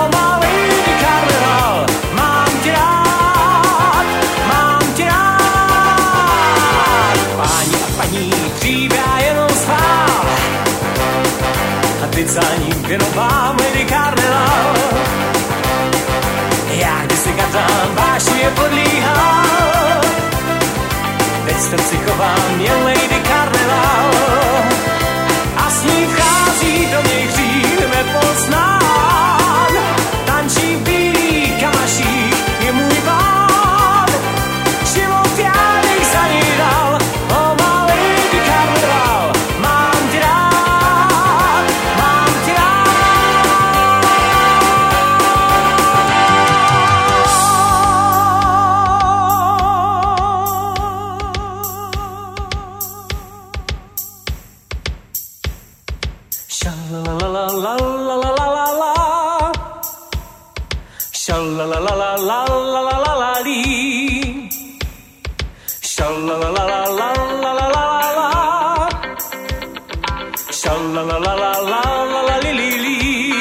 Teď za ním věnovám Lady Carnival. Já kdysi kazán vášně podlíhal. Teď v srdci chovám jen Lady Carnival. A s ní vchází do mě hřích nepoznán. Tančí bílý kamašík je můj pán. Život já bych za ní dal. Oh, má Lady Carnival, má Sha-la-la-la-la-la-la-la-la. Sha-la-la-la-la-la-la-la-la-dee. Sha-la-la-la-la-la-la-la-la-la. Sha-la-la-la-la-la-la-la-li-li-li.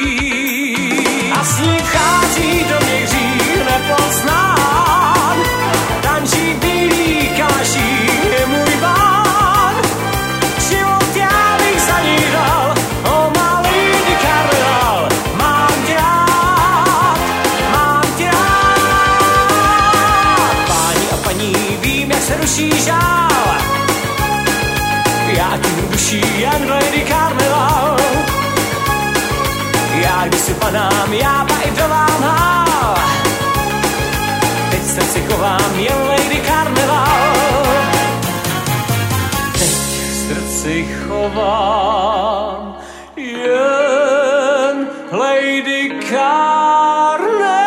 A sníh vchází do mě hřích nepoznán. Tančí bílý kalaší je můj bán. Život já bych za ní dal, o malý karneval. Mám tě rád, mám tě rád. Páni a paní, vím, jak se ruší žál. Já tím duší jen Lady Carnival. Já když si padám, já pa i dovám hál. Teď v srdci chovám jen Lady Carnival. Teď v srdci chovám jen Lady Carnival.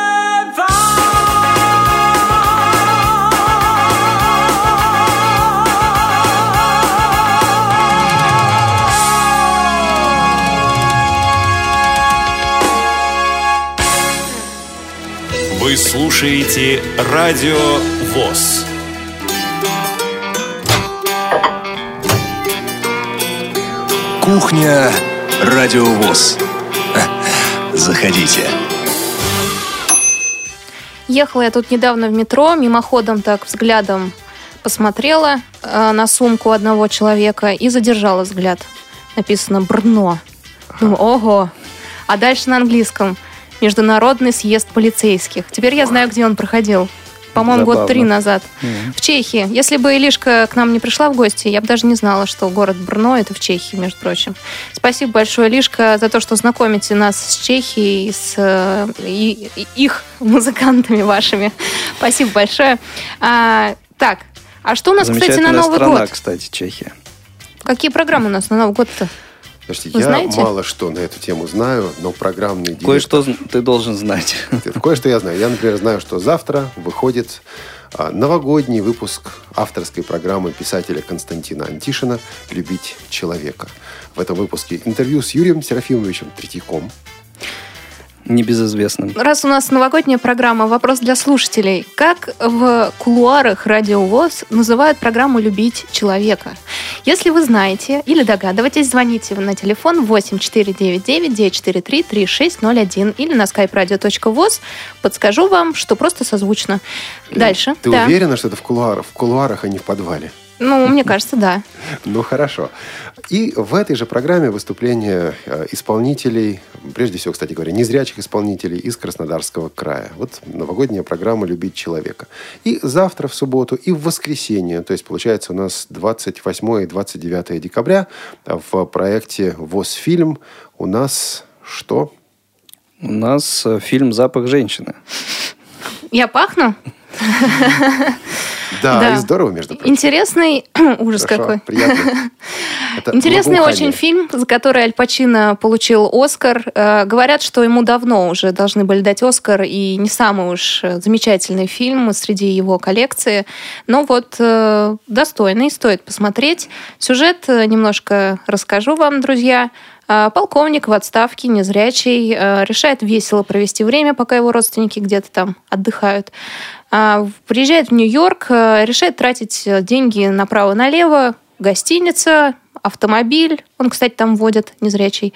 Вы слушаете Радио ВОС. Кухня Радио ВОС. Заходите. Ехала я тут недавно в метро, мимоходом так взглядом посмотрела на сумку одного человека и задержала взгляд. Написано «Брно». Думаю, ого. А дальше на английском «Международный съезд полицейских». Теперь я знаю, где он проходил. По-моему, Забавно. 3 года назад. В Чехии. Если бы Илишка к нам не пришла в гости, я бы даже не знала, что город Брно – это в Чехии, между прочим. Спасибо большое, Илишка, за то, что знакомите нас с Чехией, с их музыкантами вашими. Спасибо большое. Так, а что у нас, кстати, на Новый страна, год? кстати, Чехия. Какие программы у нас на Новый год-то? Слушайте, Вы я знаете? мало что на эту тему знаю, но программный директор... Кое-что ты должен знать. Кое-что я знаю. Я, например, знаю, что завтра выходит новогодний выпуск авторской программы писателя Константина Антишина «Любить человека». В этом выпуске интервью с Юрием Серафимовичем Третьяком. Небезызвестным. Раз у нас новогодняя программа, вопрос для слушателей. Как в кулуарах Радио ВОС называют программу «Любить человека»? Если вы знаете или догадываетесь, звоните на телефон 8499-943-3601 или на skype-radio.voz. Подскажу вам, что просто созвучно. Дальше. Ты уверена, что это в кулуарах? В кулуарах, а не в подвале? Ну, мне кажется, да. Ну, хорошо. И в этой же программе выступления исполнителей, прежде всего, кстати говоря, незрячих исполнителей из Краснодарского края. Вот новогодняя программа «Любить человека». И завтра, в субботу, и в воскресенье, то есть, получается, у нас 28 и 29 декабря в проекте «ВОС-фильм» у нас что? У нас фильм «Запах женщины». Я пахну? Да, и здорово, между прочим. Интересный, ужас Хорошо, какой. приятно. Это Интересный благоухание. очень фильм, за который Аль Пачино получил Оскар. Говорят, что ему давно уже должны были дать Оскар, и не самый уж замечательный фильм среди его коллекции. Но вот достойный, стоит посмотреть. Сюжет немножко расскажу вам, друзья. Полковник в отставке, незрячий, решает весело провести время, пока его родственники где-то там отдыхают. Приезжает в Нью-Йорк, решает тратить деньги направо-налево. Гостиница, автомобиль. Он, кстати, там водит, незрячий.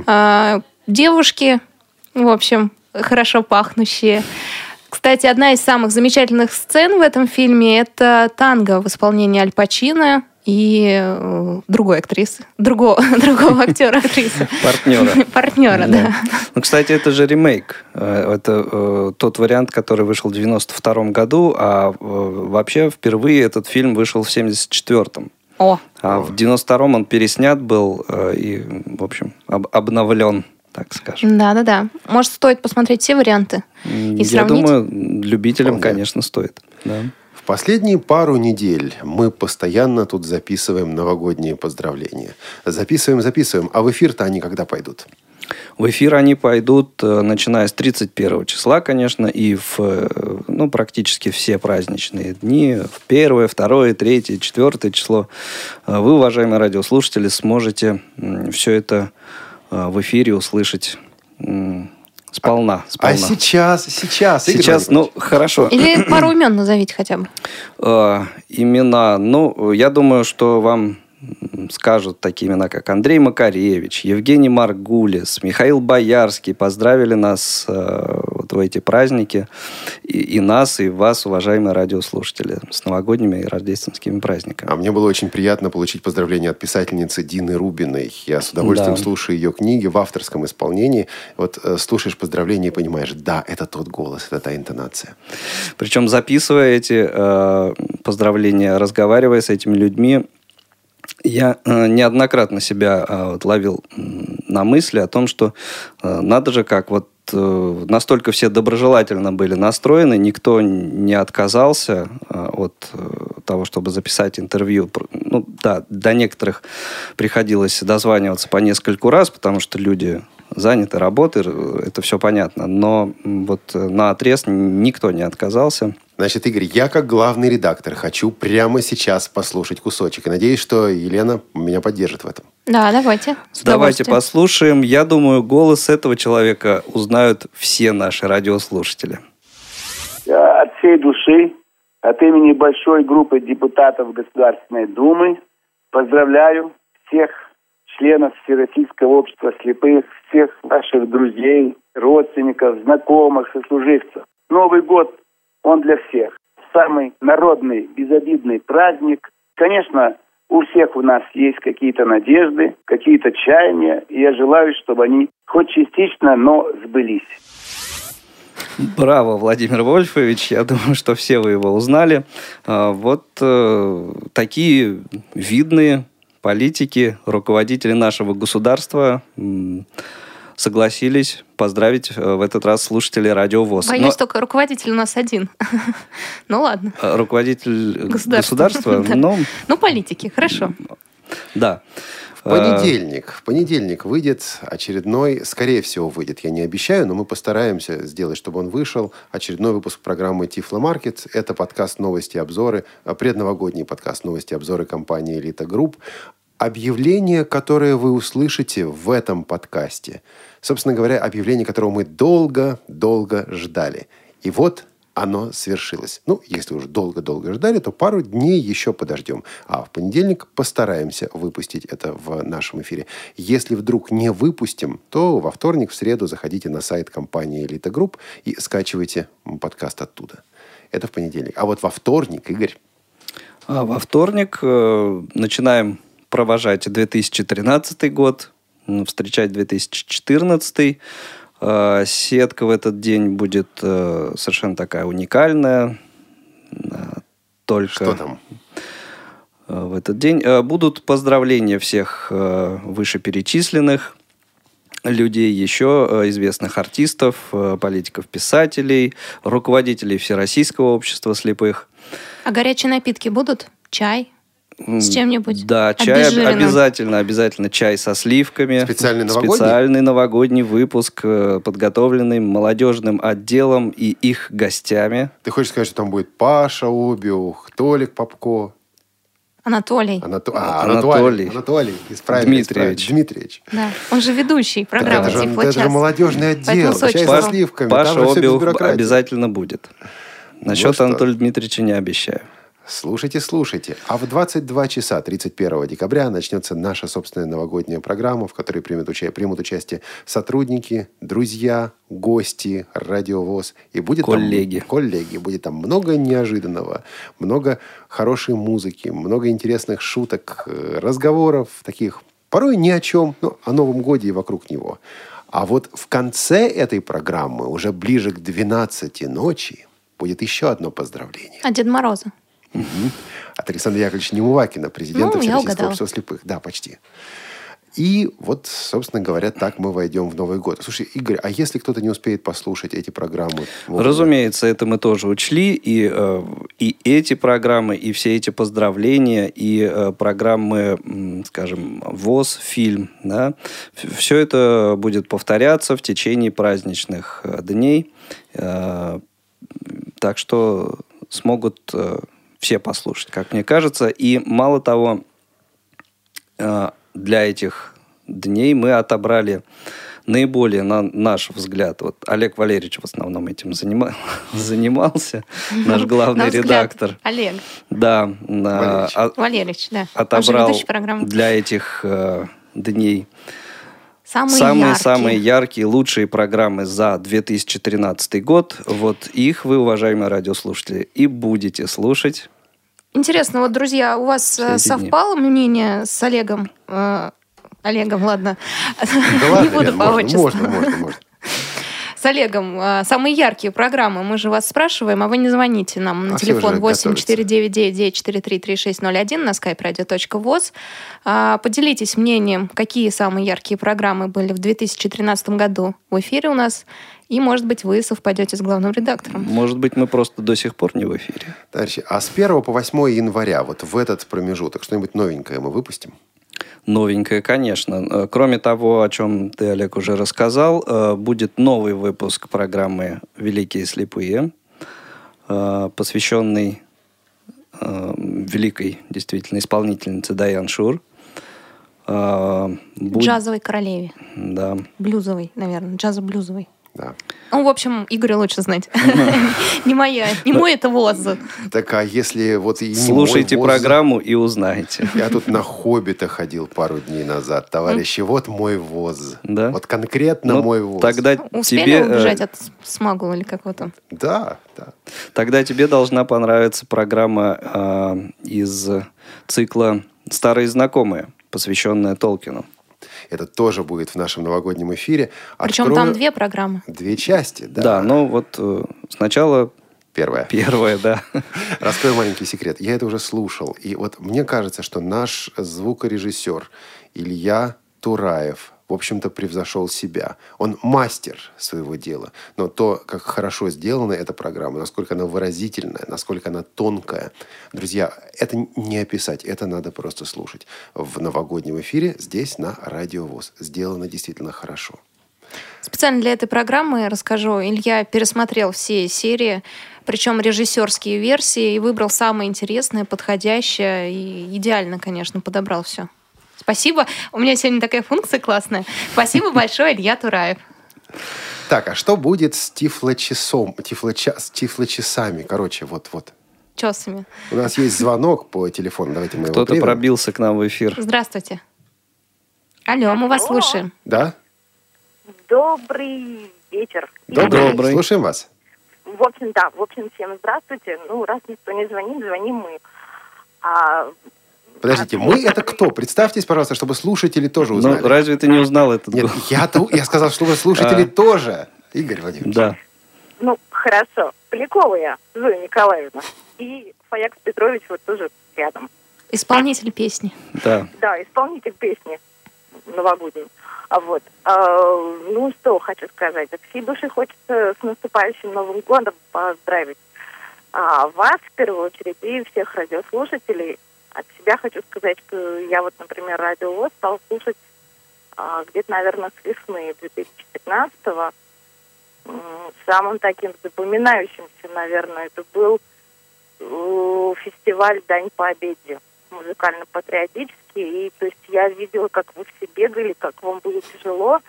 Девушки, в общем, хорошо пахнущие. Кстати, одна из самых замечательных сцен в этом фильме – это танго в исполнении Аль Пачино и другой актрисы, другого актера, актрисы. Партнера, да. Ну, кстати, это же ремейк. Это тот вариант, который вышел в 92 году, а вообще впервые этот фильм вышел в 74-м. О. А в 92-м он переснят был и, в общем, обновлен, так скажем. Да. Может, стоит посмотреть все варианты и сравнить? Я думаю, любителям, конечно, стоит. Да. В последние пару недель мы постоянно тут записываем новогодние поздравления. Записываем, а в эфир-то они когда пойдут? В эфир они пойдут, начиная с 31 числа, конечно, и в практически все праздничные дни, в 1, 2, 3, 4 число. Вы, уважаемые радиослушатели, сможете все это в эфире услышать сполна. А сейчас, Игорь, хорошо. Или пару имен назовите хотя бы. Имена, я думаю, что вам скажут такие имена, как Андрей Макаревич, Евгений Маргулис, Михаил Боярский. Поздравили нас в эти праздники. И нас, и вас, уважаемые радиослушатели, с новогодними и рождественскими праздниками. А мне было очень приятно получить поздравления от писательницы Дины Рубиной. Я с удовольствием слушаю ее книги в авторском исполнении. Слушаешь поздравления и понимаешь, да, это тот голос, это та интонация. Причем, записывая эти поздравления, разговаривая с этими людьми, я неоднократно себя ловил на мысли о том, что надо же как, настолько все доброжелательно были настроены, никто не отказался от того, чтобы записать интервью. До некоторых приходилось дозваниваться по нескольку раз, потому что люди заняты работой, это все понятно. Но наотрез никто не отказался. Значит, Игорь, я как главный редактор хочу прямо сейчас послушать кусочек. И надеюсь, что Елена меня поддержит в этом. Да, давайте. Давайте послушаем. Я думаю, голос этого человека узнают все наши радиослушатели. От всей души, от имени большой группы депутатов Государственной Думы поздравляю всех членов Всероссийского общества слепых, всех ваших друзей, родственников, знакомых, сослуживцев. Новый год, он для всех. Самый народный, безобидный праздник. Конечно, у всех у нас есть какие-то надежды, какие-то чаяния, и я желаю, чтобы они хоть частично, но сбылись. Браво, Владимир Вольфович. Я думаю, что все вы его узнали. Такие видные политики, руководители нашего государства согласились поздравить в этот раз слушателей Радио ВОС. Боюсь, только руководитель у нас один. Ну, ладно. Руководитель государства? Политики, хорошо. Да. В понедельник выйдет очередной, скорее всего выйдет, я не обещаю, но мы постараемся сделать, чтобы он вышел, очередной выпуск программы Тифломаркет. Это подкаст «Новости и обзоры», предновогодний подкаст «Новости и обзоры» компании «Элита Групп». Объявление, которое вы услышите в этом подкасте, собственно говоря, объявление, которого мы долго-долго ждали. И вот оно свершилось. Если уж долго-долго ждали, то пару дней еще подождем. А в понедельник постараемся выпустить это в нашем эфире. Если вдруг не выпустим, то во вторник, в среду заходите на сайт компании «Элита Групп» и скачивайте подкаст оттуда. Это в понедельник. А вот во вторник, Игорь? Во вторник начинаем провожать 2013 год, встречать 2014. Сетка в этот день будет совершенно такая уникальная. Только что там? В этот день будут поздравления всех вышеперечисленных людей, еще известных артистов, политиков, писателей, руководителей Всероссийского общества слепых. А горячие напитки будут? Чай? С чем-нибудь? Да, чай обязательно чай со сливками. Специальный новогодний выпуск, подготовленный молодежным отделом и их гостями. Ты хочешь сказать, что там будет Паша Обиух, Толик Попко? Анатолий. Анатолий. Дмитриевич. Да, он же ведущий программы «Тифлочас». Это же молодежный отдел, чай со сливками. Паша Обиух обязательно будет. Насчет Анатолия Дмитриевича не обещаю. Слушайте. А в 22 часа 31 декабря начнется наша собственная новогодняя программа, в которой примут участие сотрудники, друзья, гости, Радио ВОС. И будет коллеги. Будет там много неожиданного, много хорошей музыки, много интересных шуток, разговоров таких, порой ни о чем, но о Новом годе и вокруг него. А вот в конце этой программы, уже ближе к 12 ночи, будет еще одно поздравление. От Деда Мороза. От Александра Яковлевича Немувакина, президента Всероссийского общества слепых. Да, почти. И вот, собственно говоря, так мы войдем в Новый год. Слушай, Игорь, а если кто-то не успеет послушать эти программы? Разумеется, это мы тоже учли. И эти программы, и все эти поздравления, и программы, скажем, ВОС, фильм, да, все это будет повторяться в течение праздничных дней. Так что смогут все послушать, как мне кажется. И мало того, для этих дней мы отобрали наиболее, на наш взгляд, вот Олег Валерьевич в основном этим занимался, наш главный редактор. Олег. Да. Валерьевич, да. Отобрал для этих дней самые яркие, лучшие программы за 2013 год. Вот их вы, уважаемые радиослушатели, и будете слушать. Интересно, вот, друзья, у вас совпало мнение с Олегом? Олегом, ладно. Не буду по отчеству. Можно. С Олегом. Самые яркие программы. Мы же вас спрашиваем, а вы не звоните нам на телефон 8499-943-3601 на skype radio.voz. Поделитесь мнением, какие самые яркие программы были в 2013 году в эфире у нас. И, может быть, вы совпадете с главным редактором. Может быть, мы просто до сих пор не в эфире. Товарищи, а с 1 по 8 января, вот в этот промежуток, что-нибудь новенькое мы выпустим? Новенькое, конечно. Кроме того, о чем ты, Олег, уже рассказал, будет новый выпуск программы «Великие слепые», посвященный великой, действительно, исполнительнице Дайан Шур. Джазовой королеве. Да. Блюзовой, наверное. Джазо-блюзовой. Да. Ну, в общем, Игорю лучше знать. Не мой это ВОЗ. Так, а если вот и не слушайте мой ВОЗ, программу и узнаете. Я тут на «Хоббита» ходил пару дней назад, товарищи. Вот мой ВОЗ. Да? Вот конкретно мой ВОЗ. Тогда успели убежать от смагу или как-то там? Да. Тогда тебе должна понравиться программа из цикла «Старые знакомые», посвященная Толкину. Это тоже будет в нашем новогоднем эфире. Причем там 2 программы. 2 части, да. Да, но вот сначала... Первая, да. Раскрою маленький секрет. Я это уже слушал. И вот мне кажется, что наш звукорежиссер Илья Тураев, в общем-то, превзошел себя. Он мастер своего дела. Но то, как хорошо сделана эта программа, насколько она выразительная, насколько она тонкая. Друзья, это не описать, это надо просто слушать. В новогоднем эфире здесь на Радио ВОС. Сделано действительно хорошо. Специально для этой программы расскажу. Илья пересмотрел все серии, причем режиссерские версии, и выбрал самое интересное, подходящее, и идеально, конечно, подобрал все. Спасибо. У меня сегодня такая функция классная. Спасибо большое, Илья Тураев. Так, а что будет с тифлочасами? Короче, вот. Часами. У нас есть звонок по телефону. Давайте мы его Кто-то пробился к нам в эфир. Здравствуйте. Алло, мы вас слушаем. Да? Добрый вечер. Добрый. Слушаем вас. В общем, всем здравствуйте. Раз никто не звонит, звоним мы. Подождите, мы это кто? Представьтесь, пожалуйста, чтобы слушатели тоже узнали. Ну, разве ты не узнал этот голос? Нет, я сказал, чтобы слушатели тоже. Игорь Владимирович. Да. Хорошо. Полякова я, Зоя Николаевна. И Фаякс Петрович вот тоже рядом. Исполнитель песни. Да. Да, исполнитель песни новогодней. Что хочу сказать. От всей души хочется с наступающим Новым годом поздравить вас, в первую очередь, и всех радиослушателей. От себя хочу сказать, что я например, Радио ВОС стал слушать где-то, наверное, с весны 2015-го. Самым таким запоминающимся, наверное, это был фестиваль «Дань Победе», музыкально-патриотический. И то есть я видела, как вы все бегали, как вам было тяжело.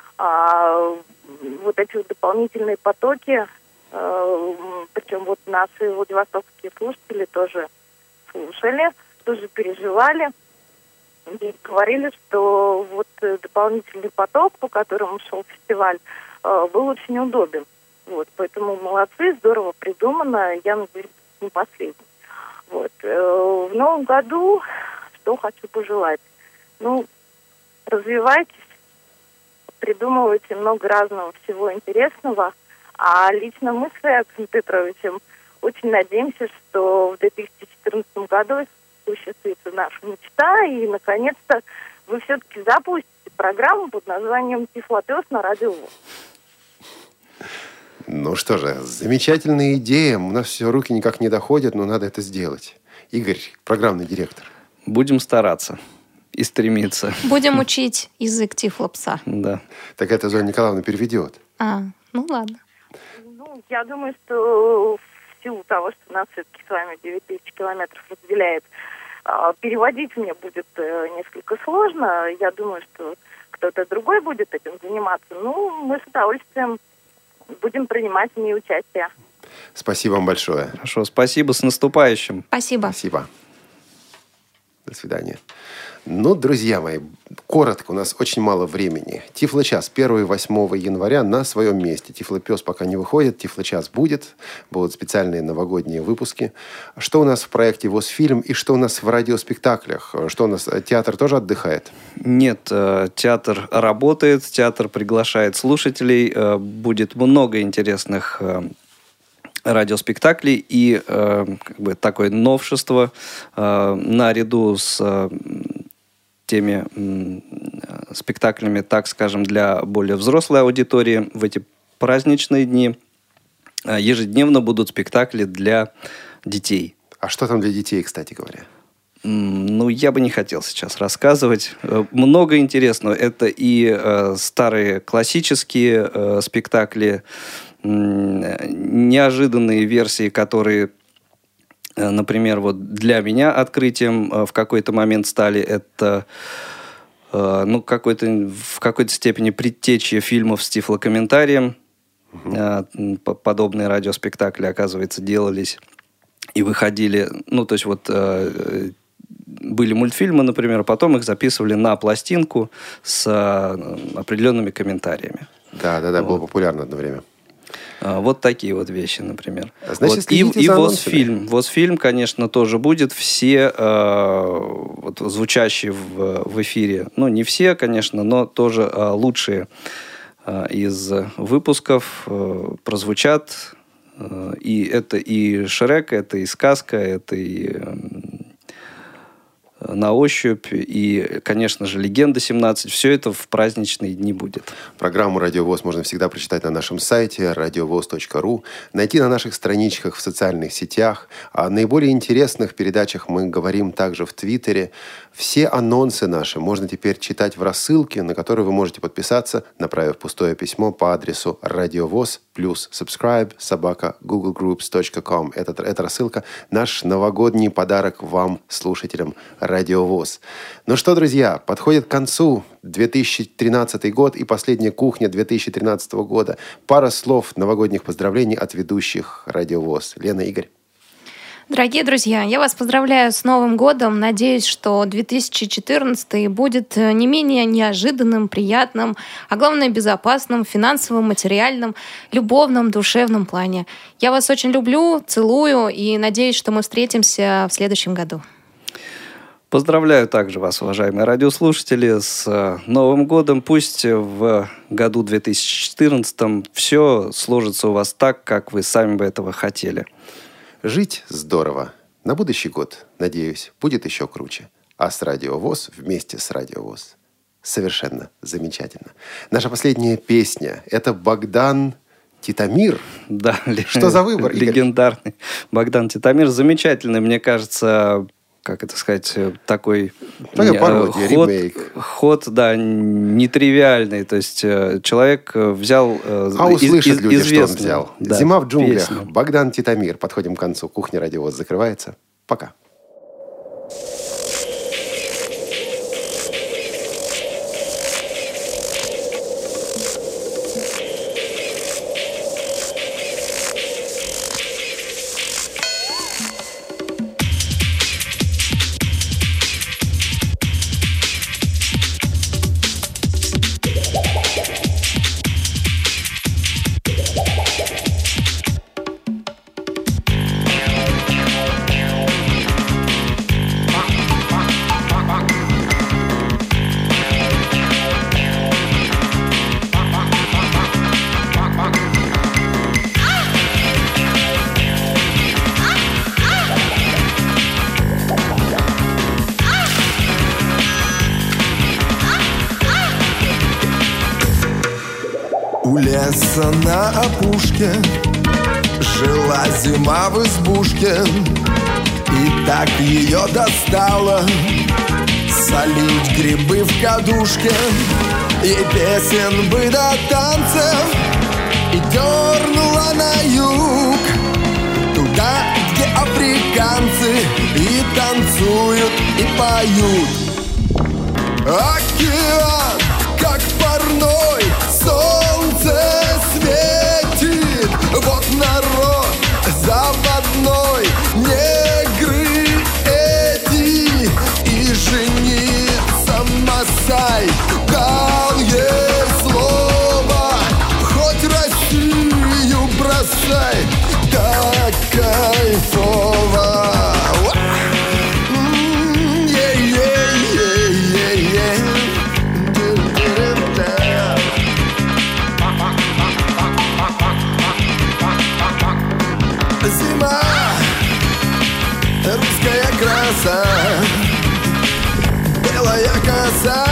Вот эти дополнительные потоки, причем наши владивостокские слушатели тоже слушали, тоже переживали и говорили, что дополнительный поток, по которому шел фестиваль, был очень удобен. Поэтому молодцы, здорово придумано, я надеюсь, не последний. В новом году что хочу пожелать? Развивайтесь, придумывайте много разного всего интересного. А лично мы с Фаяксом Петровичем очень надеемся, что в 2014 году осуществится наша мечта, и, наконец-то, вы все-таки запустите программу под названием «Тифлопес» на Радио ВОС. Ну что же, замечательная идея. У нас все, руки никак не доходят, но надо это сделать. Игорь, программный директор. Будем стараться и стремиться. Будем учить язык Тифлопса. Да. Так это Зоя Николаевна переведет. Ну ладно. Ну, я думаю, что в силу того, что нас все-таки с вами 9000 километров разделяет, переводить мне будет несколько сложно. Я думаю, что кто-то другой будет этим заниматься. Ну, мы с удовольствием будем принимать в ней участие. Спасибо вам большое. Хорошо, спасибо, с наступающим. Спасибо. Спасибо. До свидания. Ну, друзья мои, коротко, у нас очень мало времени. Тифлочас 1 и 8 января на своем месте. Тифлопес пока не выходит, Тифлочас будет. Будут специальные новогодние выпуски. Что у нас в проекте ВОС-фильм и что у нас в радиоспектаклях? Что у нас, театр тоже отдыхает? Нет, театр работает, театр приглашает слушателей. Будет много интересных радиоспектаклей и такое новшество наряду с теми спектаклями, так скажем, для более взрослой аудитории в эти праздничные дни. Ежедневно будут спектакли для детей. А что там для детей, кстати говоря? Ну, я бы не хотел сейчас рассказывать. Много интересного. Это и старые классические спектакли, неожиданные версии, которые, например, вот для меня открытием в какой-то момент стали. Это в какой-то степени предтечья фильмов с тифлокомментарием. Подобные радиоспектакли, оказывается, делались и выходили. Ну, то есть вот были мультфильмы, например, потом их записывали на пластинку с определенными комментариями. Да, было популярно одно время. Вот такие вот вещи, например. Значит, вот. И ВОС-фильм. ВОС-фильм, конечно, тоже будет. Все звучащие в эфире, ну, не все, конечно, но тоже лучшие из выпусков прозвучат. И это и Шрек, это и сказка, это и на ощупь, и, конечно же, «Легенда 17». Все это в праздничные дни будет. Программу «Радио ВОС» можно всегда прочитать на нашем сайте radiovoz.ru, найти на наших страничках в социальных сетях. О наиболее интересных передачах мы говорим также в Твиттере. Все анонсы наши можно теперь читать в рассылке, на которую вы можете подписаться, направив пустое письмо по адресу radiovoz плюс subscribe @googlegroups.com. Эта рассылка – наш новогодний подарок вам, слушателям Радио ВОС. Ну что, друзья, подходит к концу 2013 год и последняя кухня 2013 года. Пара слов новогодних поздравлений от ведущих Радио ВОС. Лена, Игорь. Дорогие друзья, я вас поздравляю с Новым годом. Надеюсь, что 2014 будет не менее неожиданным, приятным, а главное безопасным, финансовым, материальным, любовном, душевном плане. Я вас очень люблю, целую и надеюсь, что мы встретимся в следующем году. Поздравляю также вас, уважаемые радиослушатели, с Новым годом. Пусть в году 2014 все сложится у вас так, как вы сами бы этого хотели. Жить здорово. На будущий год, надеюсь, будет еще круче. А с Радио ВОС, вместе с Радио ВОС, совершенно замечательно. Наша последняя песня – это Богдан Титомир. Да, что за выбор, Игорь? Легендарный Богдан Титомир. Замечательный, мне кажется, как это сказать, такой ход, да, нетривиальный. То есть человек взял услышат люди, что он взял. Да, «Зима в джунглях». Песню. Богдан Титомир. Подходим к концу. Кухня Радио ВОС закрывается. Пока. У леса на опушке жила зима в избушке, и так ее достало солить грибы в кадушке. Ей песен бы до танцев, и дернула на юг, туда, где африканцы и танцуют, и поют. Океан, как парной, солнце светит. Вот народ западной, негры эти, и женится Масай. Дал ей слово, хоть Россию бросай, так кайфово. Зима, русская краса, белая коса.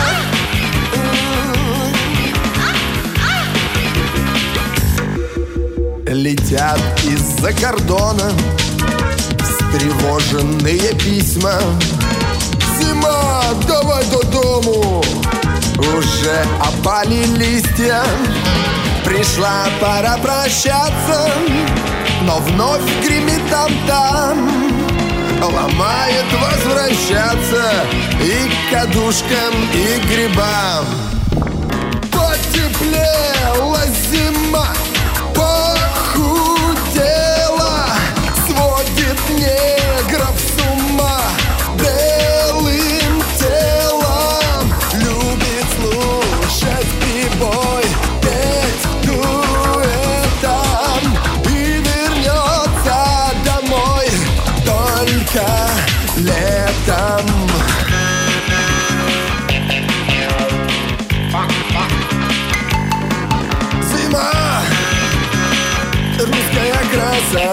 Летят из-за кордона встревоженные письма. Зима, давай до дому, уже опали листья. Пришла пора прощаться, но вновь гремит там-там. Ломает возвращаться и к кадушкам, и к грибам. Потеплела зима, похудела, сводит негров с ума белым телом. Любит слушать бибой, петь дуэтом, и вернется домой только летом. Зима, русская краса,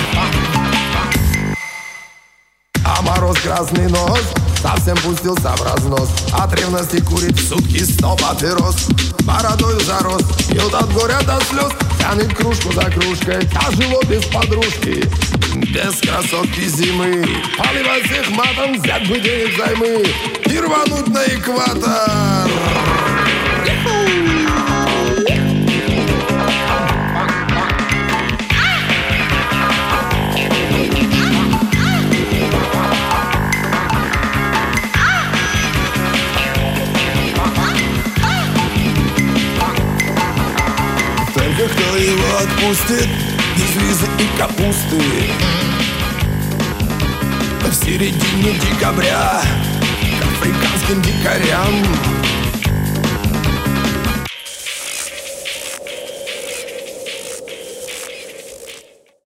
а мороз красный нос совсем пустился в разнос. От ревности курит в сутки 100 папирос. Бородою зарос, пьет от горя до слез, тянет кружку за кружкой, тяжело без подружки, без красотки зимы. Поливать всех матом, взять бы денег займы и рвануть на экватор. Только кто его отпустит без визы и капусты в середине декабря к африканским дикарям?